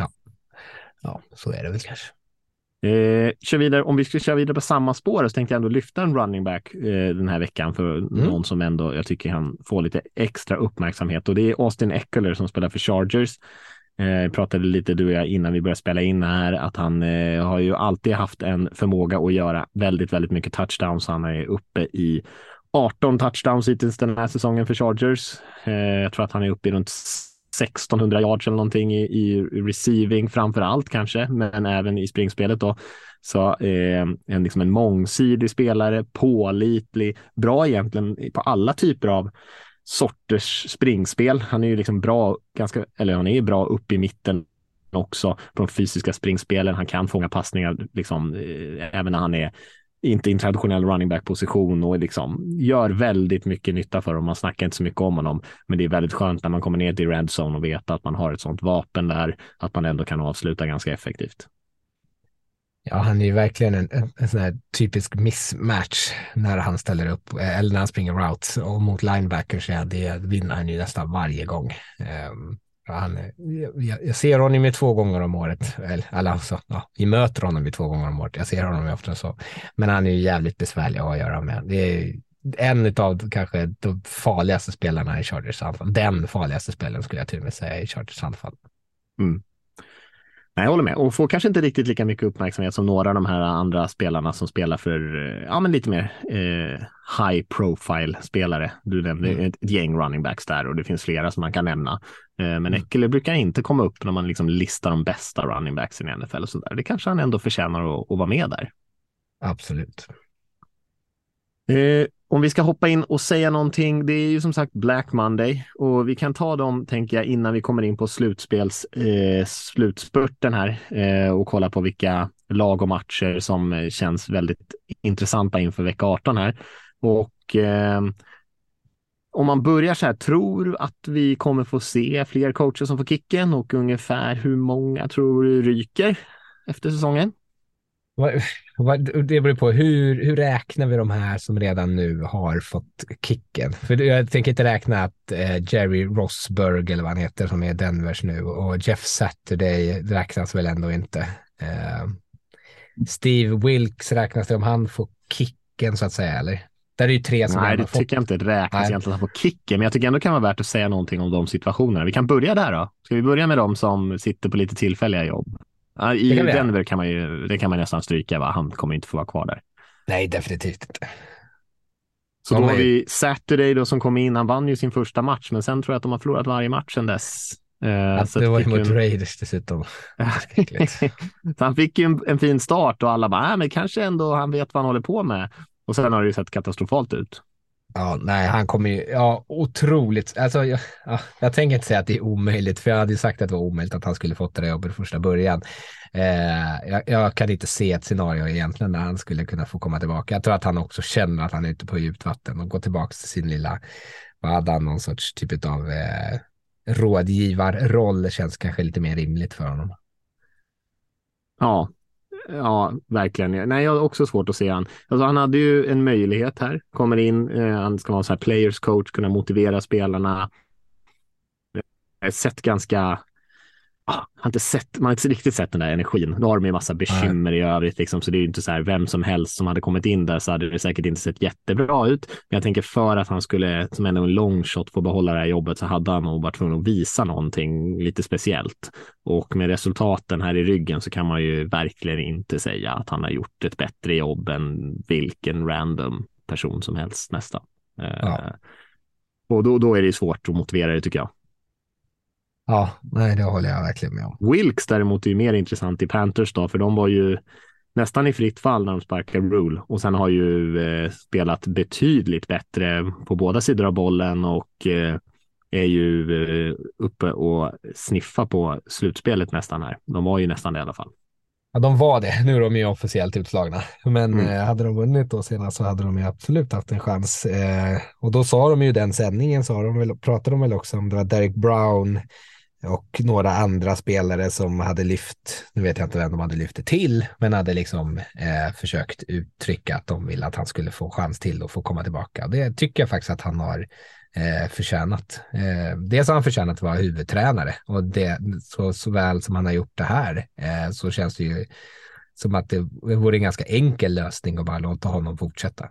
Ja, så är det väl kanske. Kör vidare, om vi ska köra vidare på samma spår så tänkte jag ändå lyfta en running back den här veckan för någon som ändå, jag tycker han får lite extra uppmärksamhet. Och det är Austin Eckler som spelar för Chargers. Pratade lite du och jag innan vi började spela in här att han har ju alltid haft en förmåga att göra väldigt, väldigt mycket touchdowns. Han är uppe i 18 touchdowns hittills den här säsongen för Chargers. Jag tror att han är uppe i runt 1600 yards eller någonting i receiving framför allt kanske, men även i springspelet då. Så liksom en mångsidig spelare, pålitlig, bra egentligen på alla typer av sorters springspel. Han är ju liksom bra, han är bra upp i mitten också på de fysiska springspelen. Han kan fånga passningar liksom, även när han är inte i en traditionell running back position och liksom gör väldigt mycket nytta för dem. Man snackar inte så mycket om honom, men det är väldigt skönt när man kommer ner till red zone och vet att man har ett sånt vapen där, att man ändå kan avsluta ganska effektivt. Ja, han är ju verkligen en sån här typisk mismatch när han ställer upp, eller när han springer routes, och mot linebackers det vinner han ju nästan varje gång. Jag ser honom 2 gånger om året, eller alltså, vi möter honom 2 gånger om året. Jag ser honom ofta så, men han är ju jävligt besvärlig att göra med. Det är en av kanske de farligaste spelarna i Chargers anfall. Den farligaste spelaren skulle jag till och med säga i Chargers anfall. Nej, jag håller med. Och får kanske inte riktigt lika mycket uppmärksamhet som några av de här andra spelarna som spelar för men lite mer high profile spelare. Du nämnde ett gäng running backs där och det finns flera som man kan nämna. Men Eckler brukar inte komma upp när man liksom listar de bästa running backsen i NFL och sådär. Det kanske han ändå förtjänar att vara med där. Absolut. Om vi ska hoppa in och säga någonting, det är ju som sagt Black Monday och vi kan ta dem, tänker jag, innan vi kommer in på slutspurten här och kolla på vilka lag och matcher som känns väldigt intressanta inför vecka 18 här. Och om man börjar så här, tror att vi kommer få se fler coacher som får kicken och ungefär hur många tror du ryker efter säsongen? Det beror på hur räknar vi de här som redan nu har fått kicken? För jag tänker inte räkna att Jerry Rosburg eller vad han heter som är Denvers nu och Jeff Saturday räknas väl ändå inte. Steve Wilkes räknas det om han får kicken så att säga, eller? Där är ju 3 som Nej, det tycker jag inte räknas egentligen på kicken, men jag tycker ändå kan vara värt att säga någonting om de situationerna. Vi kan börja där då. Ska vi börja med de som sitter på lite tillfälliga jobb? I Denver kan man nästan stryka, va? Han kommer inte få vara kvar där. Nej, definitivt inte. Så då har vi Saturday då som kom in. Han vann ju sin första match, men sen tror jag att de har förlorat varje match sedan dess. Så det var ju mot Raiders dessutom. Så han fick ju en fin start och alla bara, men kanske ändå han vet vad han håller på med. Och sen har det ju sett katastrofalt ut. Ja, nej, han kommer ju, otroligt. Alltså, jag tänker inte säga att det är omöjligt, för jag hade ju sagt att det var omöjligt att han skulle fått det där jobbet första början. Jag kan inte se ett scenario egentligen där han skulle kunna få komma tillbaka. Jag tror att han också känner att han är ute på djupt vatten och går tillbaka till sin lilla, vad hade han, någon sorts typ av rådgivarroll, känns kanske lite mer rimligt för honom. Ja, verkligen. Nej, jag har också svårt att se han. Alltså, han hade ju en möjlighet här. Kommer in, han ska vara så här players coach, kunna motivera spelarna. Jag har sett ganska... man har inte riktigt sett den där energin. Då har de ju massa bekymmer i övrigt. Liksom, så det är ju inte så här, vem som helst som hade kommit in där så hade det säkert inte sett jättebra ut. Men jag tänker för att han skulle, som ändå en long shot, få behålla det här jobbet, så hade han nog varit tvungen att visa någonting lite speciellt. Och med resultaten här i ryggen så kan man ju verkligen inte säga att han har gjort ett bättre jobb än vilken random person som helst nästan. Och då är det svårt att motivera det, tycker jag. Ja, nej, det håller jag verkligen med om. Wilkes däremot är ju mer intressant i Panthers då, för de var ju nästan i fritt fall när de sparkade Rule, och sen har ju spelat betydligt bättre på båda sidor av bollen och är ju uppe och sniffa på slutspelet nästan här. De var ju nästan det i alla fall. Ja, de var det. Nu är de ju officiellt utslagna. Men hade de vunnit då senast så hade de ju absolut haft en chans. Och då sa de ju den sändningen, pratade de väl också om det var Derek Brown och några andra spelare som hade lyft, nu vet jag inte vem de hade lyft det till, men hade liksom försökt uttrycka att de ville att han skulle få chans till och få komma tillbaka. Det tycker jag faktiskt att han har förtjänat. Det som han förtjänat var huvudtränare, och det, så väl som han har gjort det här, så känns det ju som att det vore en ganska enkel lösning att bara låta honom fortsätta.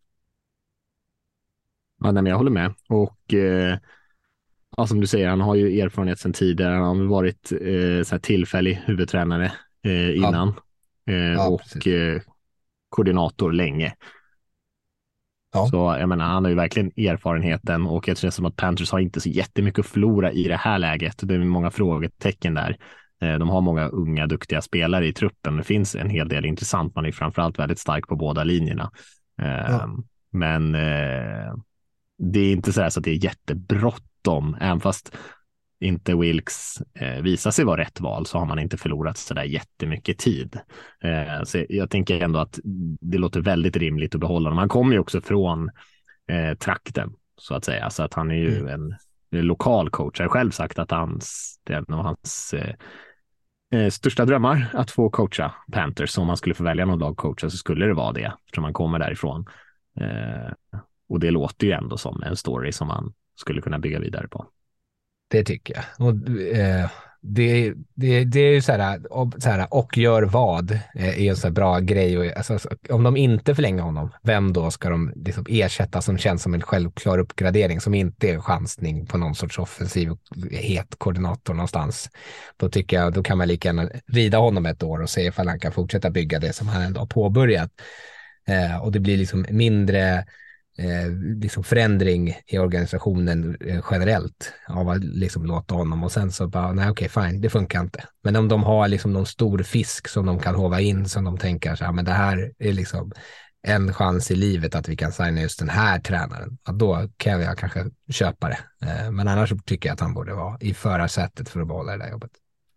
Ja, nej, men jag håller med. Och som du säger, han har ju erfarenhet sedan tidigare. Han har varit så här tillfällig huvudtränare innan och koordinator länge. Ja. Så jag menar, han har ju verkligen erfarenheten, och jag tror som att Panthers har inte så jättemycket att förlora i det här läget. Det är många frågetecken där. De har många unga, duktiga spelare i truppen. Det finns en hel del intressant. Man är framförallt väldigt stark på båda linjerna. Men det är inte så att det är jättebråttom. Även fast inte Wilkes visar sig vara rätt val, så har man inte förlorat så där jättemycket tid. Så jag tänker ändå att det låter väldigt rimligt att behålla honom. Han kommer ju också från trakten, så att säga. Så att han är ju en lokal coach. Jag har själv sagt att det är en av hans största drömmar att få coacha Panthers. Så om man skulle få välja någon lagcoacha så skulle det vara det, eftersom man kommer därifrån. Och det låter ju ändå som en story som man skulle kunna bygga vidare på. Det tycker jag. Och det är ju så här, och gör vad är en så här bra grej. Och, alltså, om de inte förlänger honom, vem då ska de liksom ersätta som känns som en självklar uppgradering, som inte är chansning på någon sorts offensiv het koordinator någonstans? Då tycker jag, då kan man lika gärna rida honom ett år och se ifall han kan fortsätta bygga det som han ändå har påbörjat. Och det blir liksom mindre liksom förändring i organisationen generellt av att liksom låta honom, och sen så bara, nej okej, fine, det funkar inte. Men om de har liksom någon stor fisk som de kan hova in, som de tänker så här, men det här är liksom en chans i livet att vi kan signa just den här tränaren, att då kan jag kanske köpa det. Men annars tycker jag att han borde vara i förarsätet för att behålla det där jobbet.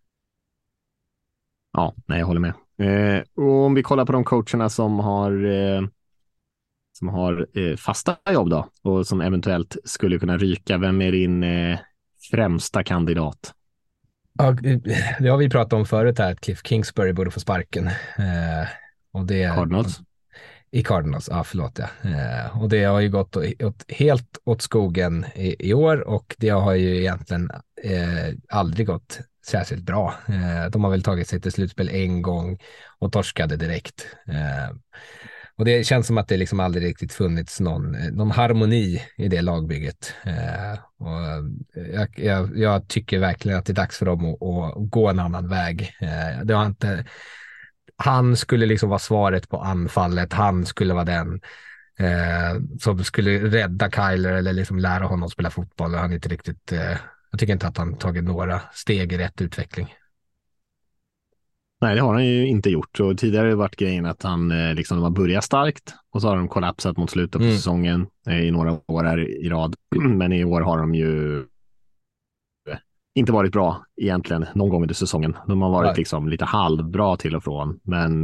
Ja, nej, jag håller med. Och om vi kollar på de coacherna som har fasta jobb då, och som eventuellt skulle kunna ryka, vem är din främsta kandidat? Ja, det har vi pratat om förut här, att Cliff Kingsbury borde få sparken. Och det Cardinals. I Cardinals, ja förlåt ja. Och det har ju gått helt åt skogen i år, och det har ju egentligen aldrig gått särskilt bra. De har väl tagit sig till slutspel en gång och torskade direkt. Och det känns som att det liksom aldrig riktigt funnits någon harmoni i det lagbygget. Och jag tycker verkligen att det är dags för dem att gå en annan väg. Det har inte... Han skulle liksom vara svaret på anfallet. Han skulle vara den som skulle rädda Kyler eller liksom lära honom spela fotboll. Han är inte riktigt... jag tycker inte att han tagit några steg i rätt utveckling. Nej, det har han ju inte gjort. Och tidigare har det varit grejen att han liksom de har börjat starkt och så har de kollapsat mot slutet på säsongen i några år här i rad. Men i år har de ju inte varit bra egentligen någon gång under säsongen. De har varit liksom lite halvbra till och från, men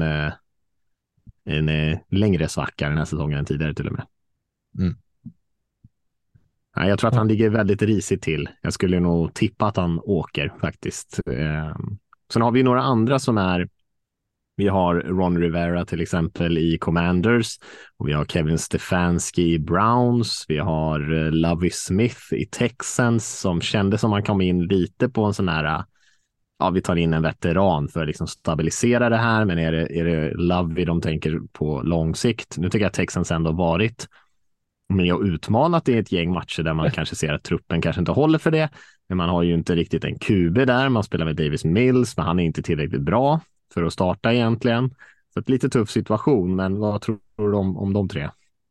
en längre svacka den här säsongen än tidigare till och med. Nej, jag tror att han ligger väldigt risigt till. Jag skulle nog tippa att han åker faktiskt. Sen har vi några andra som är... Vi har Ron Rivera till exempel i Commanders. Och vi har Kevin Stefanski i Browns. Vi har Lovie Smith i Texans som kände som han kom in lite på en sån här... Ja, vi tar in en veteran för att liksom stabilisera det här. Men är det Lovie de tänker på lång sikt? Nu tycker jag att Texans ändå varit med och utmanat i ett gäng matcher där man kanske ser att truppen kanske inte håller för det. Men man har ju inte riktigt en QB där. Man spelar med Davis Mills, men han är inte tillräckligt bra för att starta egentligen. Så ett lite tuff situation, men vad tror du om de tre?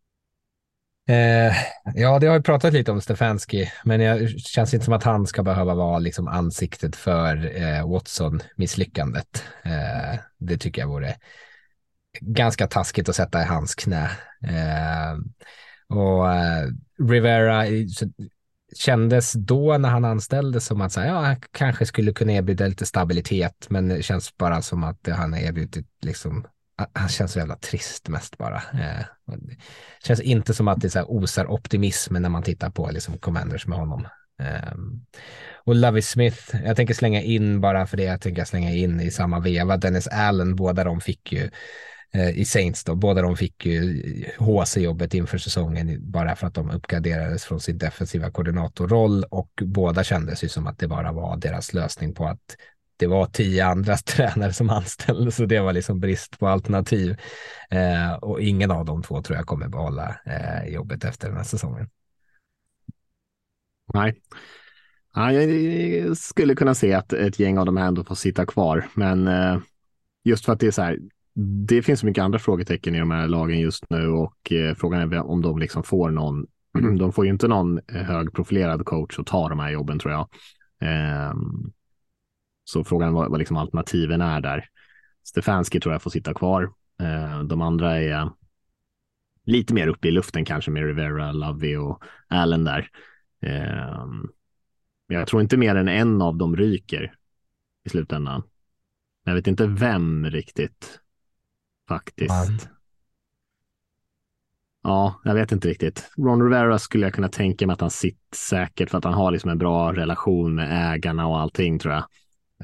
Ja, det har jag pratat lite om Stefanski, men det känns inte som att han ska behöva vara liksom ansiktet för Watson-misslyckandet. Det tycker jag vore ganska taskigt att sätta i hans knä. Och Rivera kändes då när han anställdes som att så här, ja, han kanske skulle kunna erbjuda lite stabilitet, men det känns bara som att han har erbjudit liksom, han känns så jävla trist mest bara. Det känns inte som att det så här osar optimism när man tittar på liksom Commanders med honom. Och Lovie Smith, jag tänker slänga in bara för det, jag tänker slänga in i samma veva Dennis Allen, båda de fick ju i Saints då, båda de fick ju HC-jobbet inför säsongen bara för att de uppgraderades från sin defensiva koordinatorroll, och båda kändes ju som att det bara var deras lösning på att det var 10 andra tränare som anställdes, så det var liksom brist på alternativ, och ingen av de två tror jag kommer behålla jobbet efter den här säsongen. Nej. Ja, jag skulle kunna se att ett gäng av de här ändå får sitta kvar, men just för att det är så här, det finns så mycket andra frågetecken i de här lagen just nu, och frågan är om de liksom får någon, de får ju inte någon högprofilerad coach att ta de här jobben tror jag. Så frågan vad liksom alternativen är där. Stefanski tror jag får sitta kvar. De andra är lite mer uppe i luften kanske med Rivera, Lovie och Allen där. Jag tror inte mer än en av dem ryker i slutändan. Jag vet inte vem riktigt faktiskt. Ja, jag vet inte riktigt. Ron Rivera skulle jag kunna tänka mig att han sitter säkert för att han har liksom en bra relation med ägarna och allting tror jag.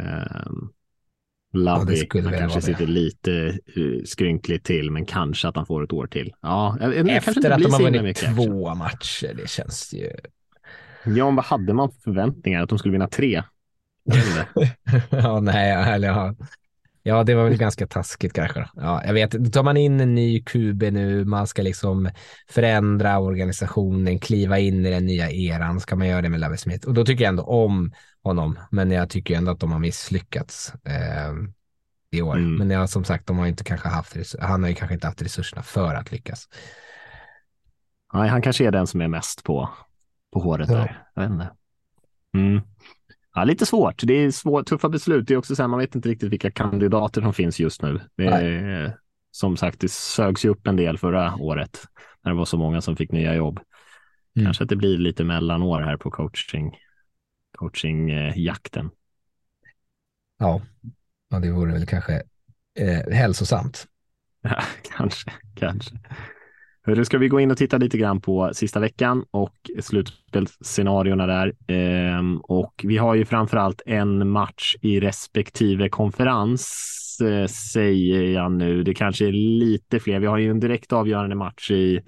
Lovie, han kanske sitter lite skrynkligt till, men kanske att han får ett år till. Ja, efter att de har vunnit 2 matcher, det känns ju... Ja, men vad hade man för förväntningar? Att de skulle vinna 3? Ja, nej, eller ja, det var väl ganska taskigt kanske. Ja, jag vet, tar man in en ny QB nu, man ska liksom förändra organisationen, kliva in i den nya eran, ska man göra det med Lovie Smith. Och då tycker jag ändå om honom, men jag tycker ändå att de har misslyckats i år. Men ja, som sagt, de har inte kanske han har ju kanske inte haft resurserna för att lyckas. Nej, han kanske är den som är mest på håret där. Jag vet inte. Ja, lite svårt. Det är tuffa beslut. Det är också så här, man vet inte riktigt vilka kandidater som finns just nu. Det är, som sagt, det sögs ju upp en del förra året när det var så många som fick nya jobb. Kanske att det blir lite mellanår här på coachingjakten. Ja, det vore väl kanske hälsosamt. Ja, kanske. Hur ska vi gå in och titta lite grann på sista veckan och slutspelsscenarierna där. Och vi har ju framförallt en match i respektive konferens säger jag nu. Det kanske är lite fler. Vi har ju en direkt avgörande match i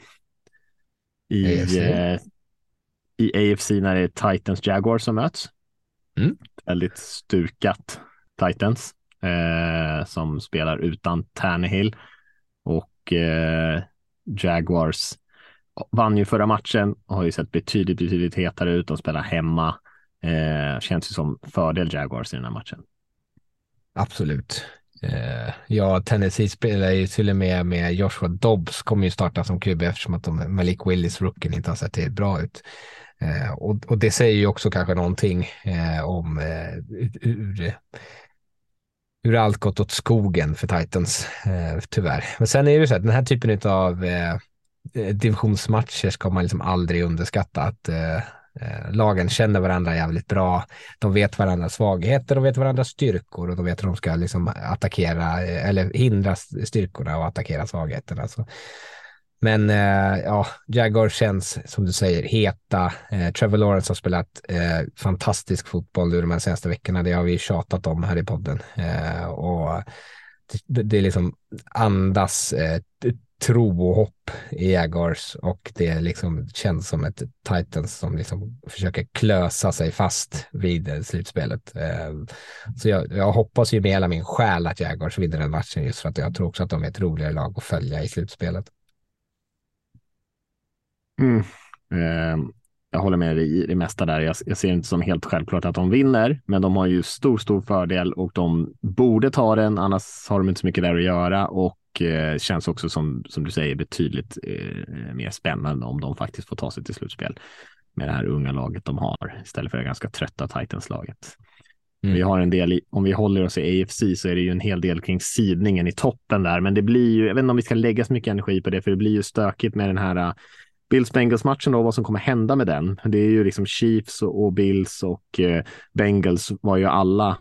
AFC när det är Titans Jaguars som möts. Väldigt stukat Titans som spelar utan Tannehill, och Jaguars vann ju förra matchen och har ju sett betydligt hetare ut. De spelar hemma. Känns ju som fördel Jaguars i den här matchen. Absolut. Tennessee spelar ju till och med Joshua Dobbs, kommer ju starta som QB eftersom att Malik Willis rookien inte har sett det bra ut. Och det säger ju också kanske någonting om hur allt gått åt skogen för Titans, tyvärr. Men sen är det ju så att den här typen av divisionsmatcher ska man liksom aldrig underskatta, att lagen känner varandra jävligt bra. De vet varandras svagheter, de vet varandras styrkor, och de vet hur de ska liksom attackera eller hindra styrkorna och attackera svagheterna. Så. Men Jaguars känns, som du säger, heta. Trevor Lawrence har spelat fantastisk fotboll de här senaste veckorna. Det har vi tjatat om här i podden. Och det är liksom andas tro och hopp i Jaguars, och det liksom känns som ett Titans som liksom försöker klösa sig fast vid slutspelet. Så jag hoppas ju med hela min själ att Jaguars vinner den matchen, just för att jag tror också att de är ett roligare lag att följa i slutspelet. Jag håller med dig i det mesta där. Jag ser inte som helt självklart att de vinner, men de har ju stor fördel och de borde ta den, annars har de inte så mycket där att göra, och känns också som du säger betydligt mer spännande om de faktiskt får ta sig till slutspel med det här unga laget de har, istället för det ganska trötta Titans-laget. Vi har en del om vi håller oss i AFC, så är det ju en hel del kring sidningen i toppen där, men det blir ju, jag vet inte om vi ska lägga så mycket energi på det, för det blir ju stökigt med den här Bills-Bengals-matchen och vad som kommer hända med den. Det är ju liksom Chiefs och Bills och Bengals var ju alla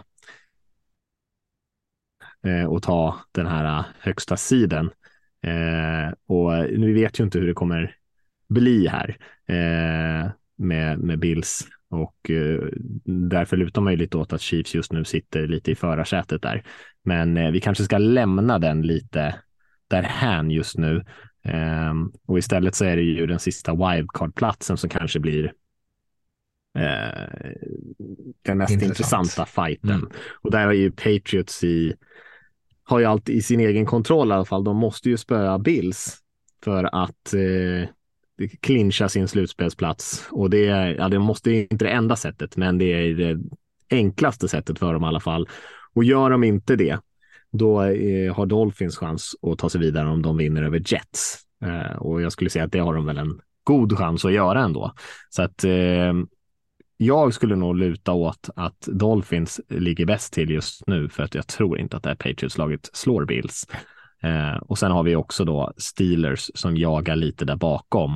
och ta den här högsta sidan. Och nu vet ju inte hur det kommer bli här med Bills, och därför lutar man ju lite åt att Chiefs just nu sitter lite i förarsätet där. Men vi kanske ska lämna den lite därhän just nu. Och istället så är det ju den sista wildcard-platsen som kanske blir den mest intressanta fighten. Och där har ju Patriots har ju allt i sin egen kontroll i alla fall. De måste ju spöa Bills för att clincha sin slutspelsplats, och det måste inte det enda sättet, men det är det enklaste sättet för dem i alla fall. Och gör de inte det, då har Dolphins chans att ta sig vidare om de vinner över Jets. Och jag skulle säga att det har de väl en god chans att göra ändå. Så att jag skulle nog luta åt att Dolphins ligger bäst till just nu, för att jag tror inte att det här Patriots-laget slår Bills. Och sen har vi också då Steelers som jagar lite där bakom.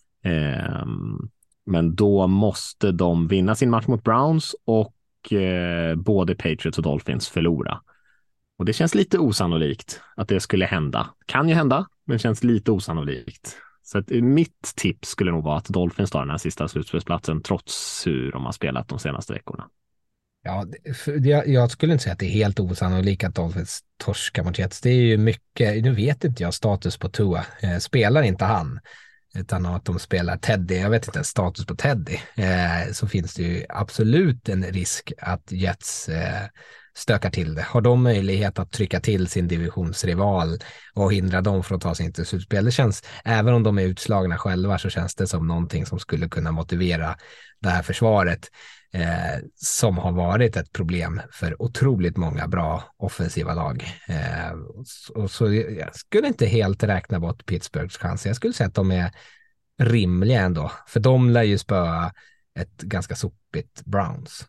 Men då måste de vinna sin match mot Browns, och både Patriots och Dolphins förlora. Och det känns lite osannolikt att det skulle hända. Kan ju hända, men känns lite osannolikt. Så att mitt tips skulle nog vara att Dolphins tar den här sista slutspelsplatsen, trots hur de har spelat de senaste veckorna. Ja, jag skulle inte säga att det är helt osannolikt att Dolphins torskar mot Jets. Det är ju mycket, nu vet inte jag status på Tua. Spelar inte han, utan att de spelar Teddy. Jag vet inte status på Teddy. Så finns det ju absolut en risk att Jets stökar till det. Har de möjlighet att trycka till sin divisionsrival och hindra dem från att ta sig in till slutspel? Det känns, även om de är utslagna själva, så känns det som någonting som skulle kunna motivera det här försvaret, som har varit ett problem för otroligt många bra offensiva lag. Och så jag skulle inte helt räkna bort Pittsburghs chanser. Jag skulle säga att de är rimliga ändå, för de lär ju spöa ett ganska sopigt Browns.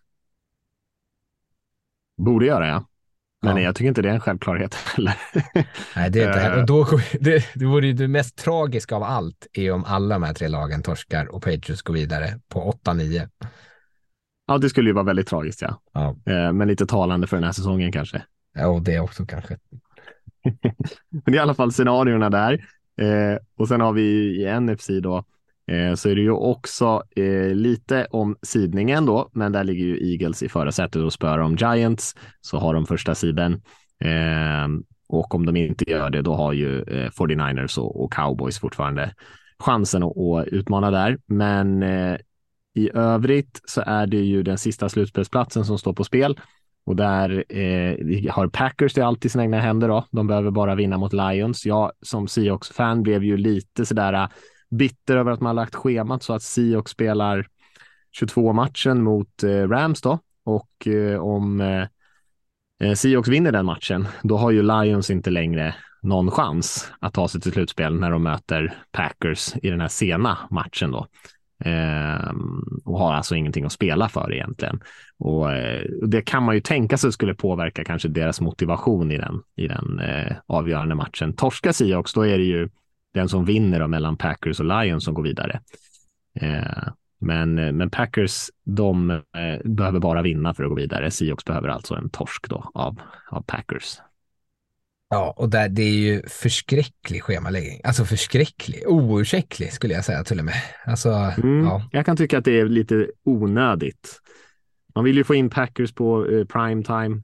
Borde göra, ja. Men jag tycker inte det är en självklarhet heller. Nej, det är inte heller. Och då, det vore ju det mest tragiska av allt är om alla de här tre lagen torskar och Patriots går vidare på 8-9. Ja, det skulle ju vara väldigt tragiskt, ja. Men lite talande för den här säsongen kanske. Ja, och det också kanske. Men det är i alla fall scenarierna där. Och sen har vi i NFC då, så är det ju också lite om sidningen då, men där ligger ju Eagles i förarsätet och spöar om Giants, så har de första sidan. Och om de inte gör det, då har ju 49ers och Cowboys fortfarande chansen att utmana där. Men i övrigt så är det ju den sista slutspelsplatsen som står på spel. Och där har Packers det alltid i sina egna händer då. De behöver bara vinna mot Lions. Jag som Seahawks-fan blev ju lite sådär bitter över att man har lagt schemat så att Seahawks spelar 22-matchen mot Rams då. Och om Seahawks vinner den matchen, då har ju Lions inte längre någon chans att ta sig till slutspel när de möter Packers i den här sena matchen då. Och har alltså ingenting att spela för egentligen. Och det kan man ju tänka sig skulle påverka kanske deras motivation i den avgörande matchen. Torska Seahawks, då är det ju den som vinner då, mellan Packers och Lions som går vidare. Men Packers, de behöver bara vinna för att gå vidare. Seahawks behöver alltså en torsk då av Packers. Ja, och det är ju förskräcklig schemaläggning. Alltså oursäktlig skulle jag säga till och med. Alltså, ja. Jag kan tycka att det är lite onödigt. Man vill ju få in Packers på prime time.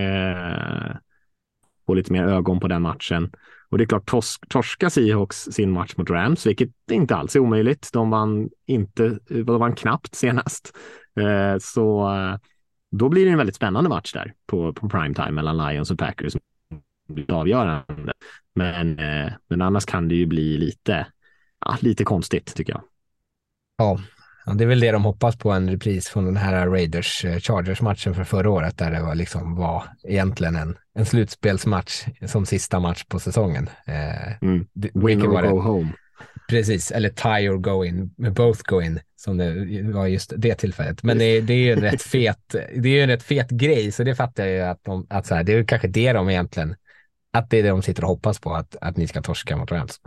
Få lite mer ögon på den matchen. Och det är klart, torska Seahawks sin match mot Rams, vilket inte alls är omöjligt. De vann knappt senast. Så då blir det en väldigt spännande match där på prime time mellan Lions och Packers. Avgörande. Men annars kan det ju bli lite konstigt tycker jag. Ja, det är väl det de hoppas på, en repris från den här Raiders-Chargers-matchen för förra året där det var egentligen en slutspelsmatch som sista match på säsongen. Win or go home. Precis, eller tie or go in, both go in, som det var just det tillfället. Men det är ju en rätt fet grej, så det fattar jag ju att så här, det är kanske det de egentligen, att det är det de sitter och hoppas på, att ni ska torska mot Rams.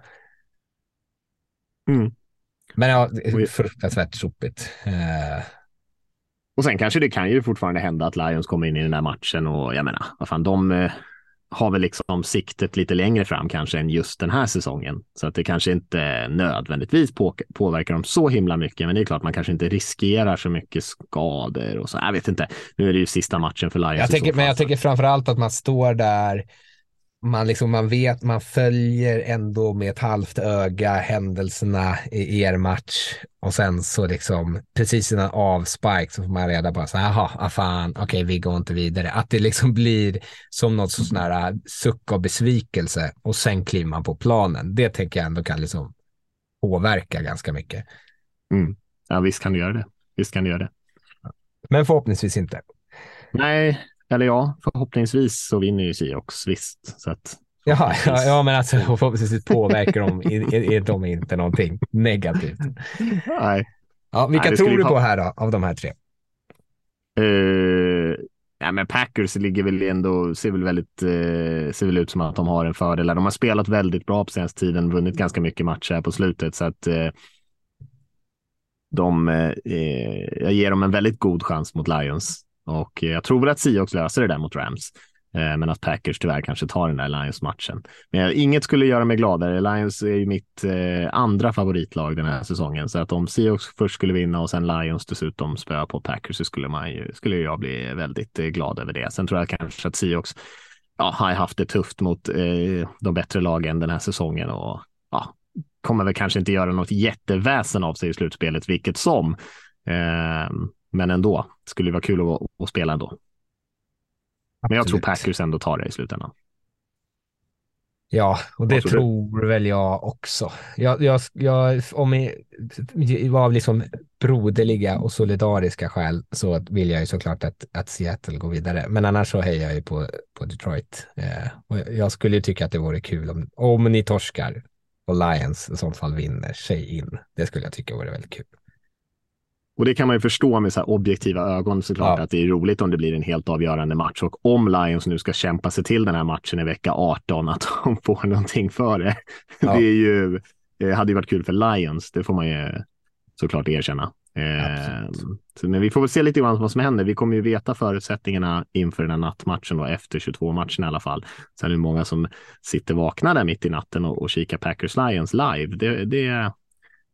Men ja, fruktansvärt sopigt. Och sen kanske det kan ju fortfarande hända att Lions kommer in i den här matchen och jag menar, vad fan, de har väl liksom siktet lite längre fram kanske än just den här säsongen. Så att det kanske inte nödvändigtvis påverkar dem så himla mycket, men det är klart man kanske inte riskerar så mycket skador och så. Jag vet inte, nu är det ju sista matchen för Lions. Jag tänker framförallt att man står där, man följer ändå med ett halvt öga händelserna i er match, och sen så liksom precis innan avspike så får man reda på så här, okej, vi går inte vidare. Att det liksom blir som något sån här suck av besvikelse och sen kliver man på planen. Det tänker jag ändå kan liksom påverka ganska mycket. Ja, visst kan du göra det. Men förhoppningsvis inte. Nej, eller ja, förhoppningsvis så vinner ju Seahawks, visst. Så att, ja, men alltså förhoppningsvis påverkar de inte någonting negativt. Nej. Ja, vilka tror du på här då, av de här tre? Ja, men Packers ligger väl ändå, ser väl ut som att de har en fördel. De har spelat väldigt bra på senaste tiden, vunnit ganska mycket matcher här på slutet, så att jag ger dem en väldigt god chans mot Lions. Och jag tror väl att Seahawks löser det där mot Rams. Men att Packers tyvärr kanske tar den där Lions-matchen. Men inget skulle göra mig gladare. Lions är ju mitt andra favoritlag den här säsongen. Så att om Seahawks först skulle vinna och sen Lions dessutom spöa på Packers, så skulle jag bli väldigt glad över det. Sen tror jag kanske att Seahawks har haft det tufft mot de bättre lagen den här säsongen. Och kommer väl kanske inte göra något jätteväsen av sig i slutspelet, vilket som. Men ändå, skulle det vara kul att spela ändå. Men jag tror Packers ändå tar det i slutändan. Ja, och det tror väl jag också. Om vi var liksom broderliga och solidariska skäl, så vill jag ju såklart att Seattle går vidare. Men annars så hejar jag ju på Detroit. Och jag skulle ju tycka att det vore kul om ni torskar och Lions i sånt fall vinner sig in. Det skulle jag tycka vore väldigt kul. Och det kan man ju förstå med så här objektiva ögon såklart, att det är roligt om det blir en helt avgörande match. Och om Lions nu ska kämpa sig till den här matchen i vecka 18, att de får någonting för det. Ja. Det hade ju varit kul för Lions, det får man ju såklart erkänna. Men vi får väl se lite grann vad som händer. Vi kommer ju veta förutsättningarna inför den här nattmatchen då, efter 22-matchen i alla fall. Sen är det många som sitter vakna där mitt i natten och kikar Packers Lions live.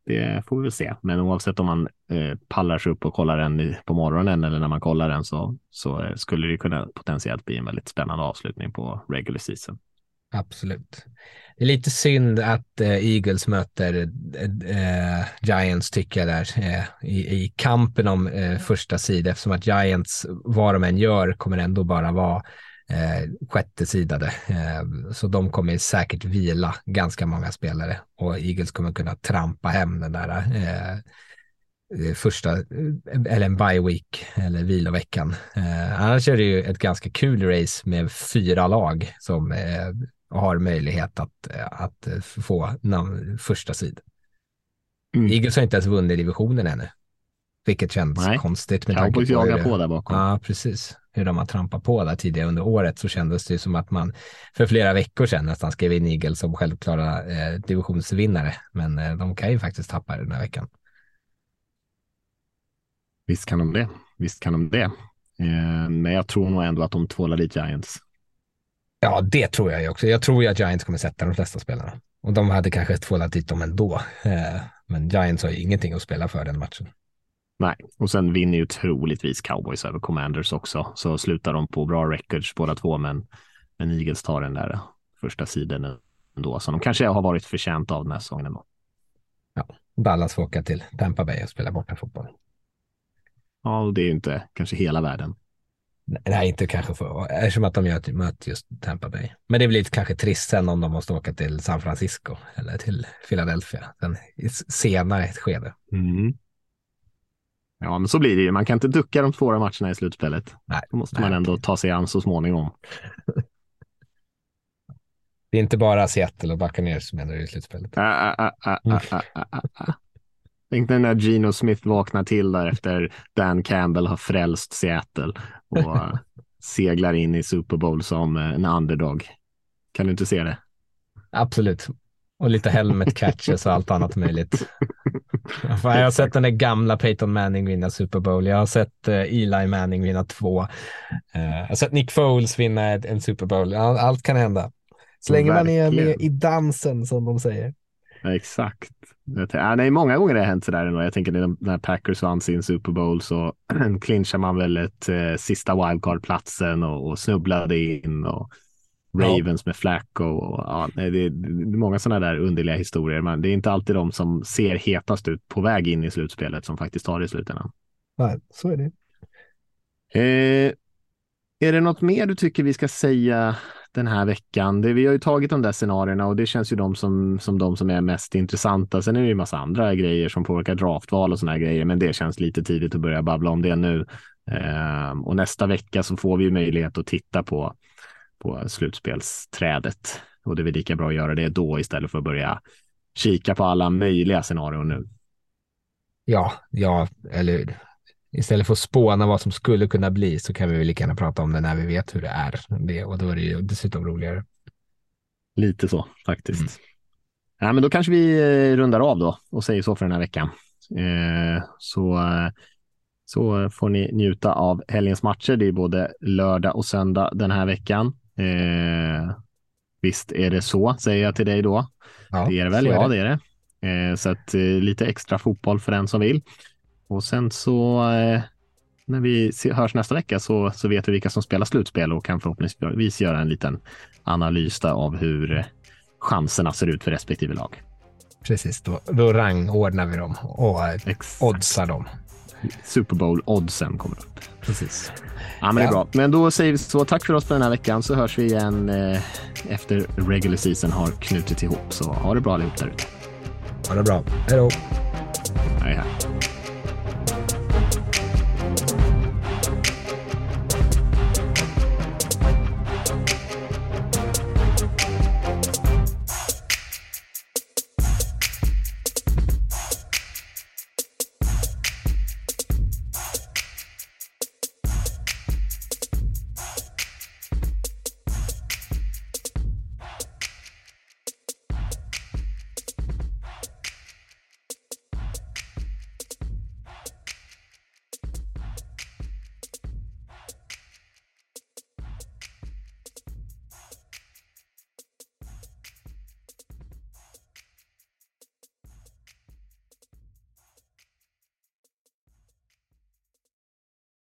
Det får vi väl se. Men oavsett om man pallar sig upp och kollar den på morgonen eller när man kollar den så skulle det kunna potentiellt bli en väldigt spännande avslutning på regular season. Absolut. Det är lite synd att Eagles möter Giants tycker jag där i kampen om första sida, eftersom att Giants, vad de än gör, kommer ändå bara vara sjätte sidade. Så de kommer säkert vila ganska många spelare och Eagles kommer kunna trampa hem den där första, eller en bye week eller viloveckan. Annars är det ju ett ganska kul race med 4 lag som har möjlighet att få första sid. Eagles har inte ens vunnit divisionen ännu, vilket känns konstigt med tanke på jaga på där bakom. Ja, precis. Hur de har trampat på där tidigare under året, så kändes det som att man för flera veckor sedan nästan skrev in Eagles som självklara divisionsvinnare, men de kan ju faktiskt tappa den här veckan. Visst kan de det. Men jag tror nog ändå att de tvålar dit Giants. Ja, det tror jag ju också. Jag tror ju att Giants kommer sätta de flesta spelarna. Och de hade kanske tvålat dit dem ändå. Men Giants har ju ingenting att spela för den matchen. Nej, och sen vinner ju troligtvis Cowboys över Commanders också. Så slutar de på bra records båda två, men Eagles tar den där första sidan ändå. Så de kanske har varit förtjänt av den här säsongen ändå. Ja, Dallas får åka till Tampa Bay och spela borta fotboll. Ja, och det är ju inte kanske hela världen. Nej, inte kanske eftersom att de möter just Tampa Bay. Men det blir lite kanske trist sen om de måste åka till San Francisco eller till Philadelphia sen i senare skede. Ja, men så blir det ju. Man kan inte ducka de svåra matcherna i slutspelet. Nej, då måste man ändå ta sig an så småningom. Det är inte bara Seattle och Buccaneers som är i slutspelet. Tänk när Geno Smith vaknar till där efter Dan Campbell har frälst Seattle och seglar in i Super Bowl som en underdog. Kan du inte se det? Absolut. Och lite helmet catches och allt annat möjligt. Jag har sett den där gamla Peyton Manning vinna Super Bowl. Jag har sett Eli Manning vinna 2. Jag har sett Nick Foles vinna en Super Bowl. Allt kan hända. Så länge man är med i dansen, som de säger. Ja, exakt. Nej, många gånger har det hänt sådär ändå. Jag tänker när Packers vann sin Super Bowl så clinchar man väl ett sista wildcard-platsen och snubblade in och Ravens med Flacco och det är många sådana där underliga historier. Men det är inte alltid de som ser hetast ut på väg in i slutspelet som faktiskt tar det i slutändan. Nej, så är det. Är det något mer du tycker vi ska säga den här veckan? Vi har ju tagit de där scenarierna och det känns ju de som är mest intressanta. Sen är det ju en massa andra grejer som påverkar draftval och såna här grejer, men det känns lite tidigt att börja babbla om det nu. Och nästa vecka så får vi ju möjlighet att titta på slutspelsträdet, och det är väl lika bra att göra det då istället för att börja kika på alla möjliga scenarier nu. Ja, eller hur? Istället för att spåna vad som skulle kunna bli så kan vi väl lika gärna prata om det när vi vet hur det är. Och då är det ju dessutom roligare. Lite så, faktiskt. Ja, men då kanske vi rundar av då och säger så för den här veckan. Så får ni njuta av helgens matcher. Det är både lördag och söndag den här veckan. Visst är det så, säger jag till dig då. Ja, det är det väl? Ja, det är det. Så att lite extra fotboll för den som vill. Och sen så när vi hörs nästa vecka så vet vi vilka som spelar slutspel och kan förhoppningsvis göra en liten analys av hur chanserna ser ut för respektive lag. Precis, då rangordnar vi dem och oddsar dem. Super Bowl-oddsen kommer upp. Precis. Ja, men det är bra. Men då säger vi så, tack för oss för den här veckan, så hörs vi igen efter regular season har knutit ihop. Så ha det bra allihop där ute. Ha det bra. Hej då. Hej.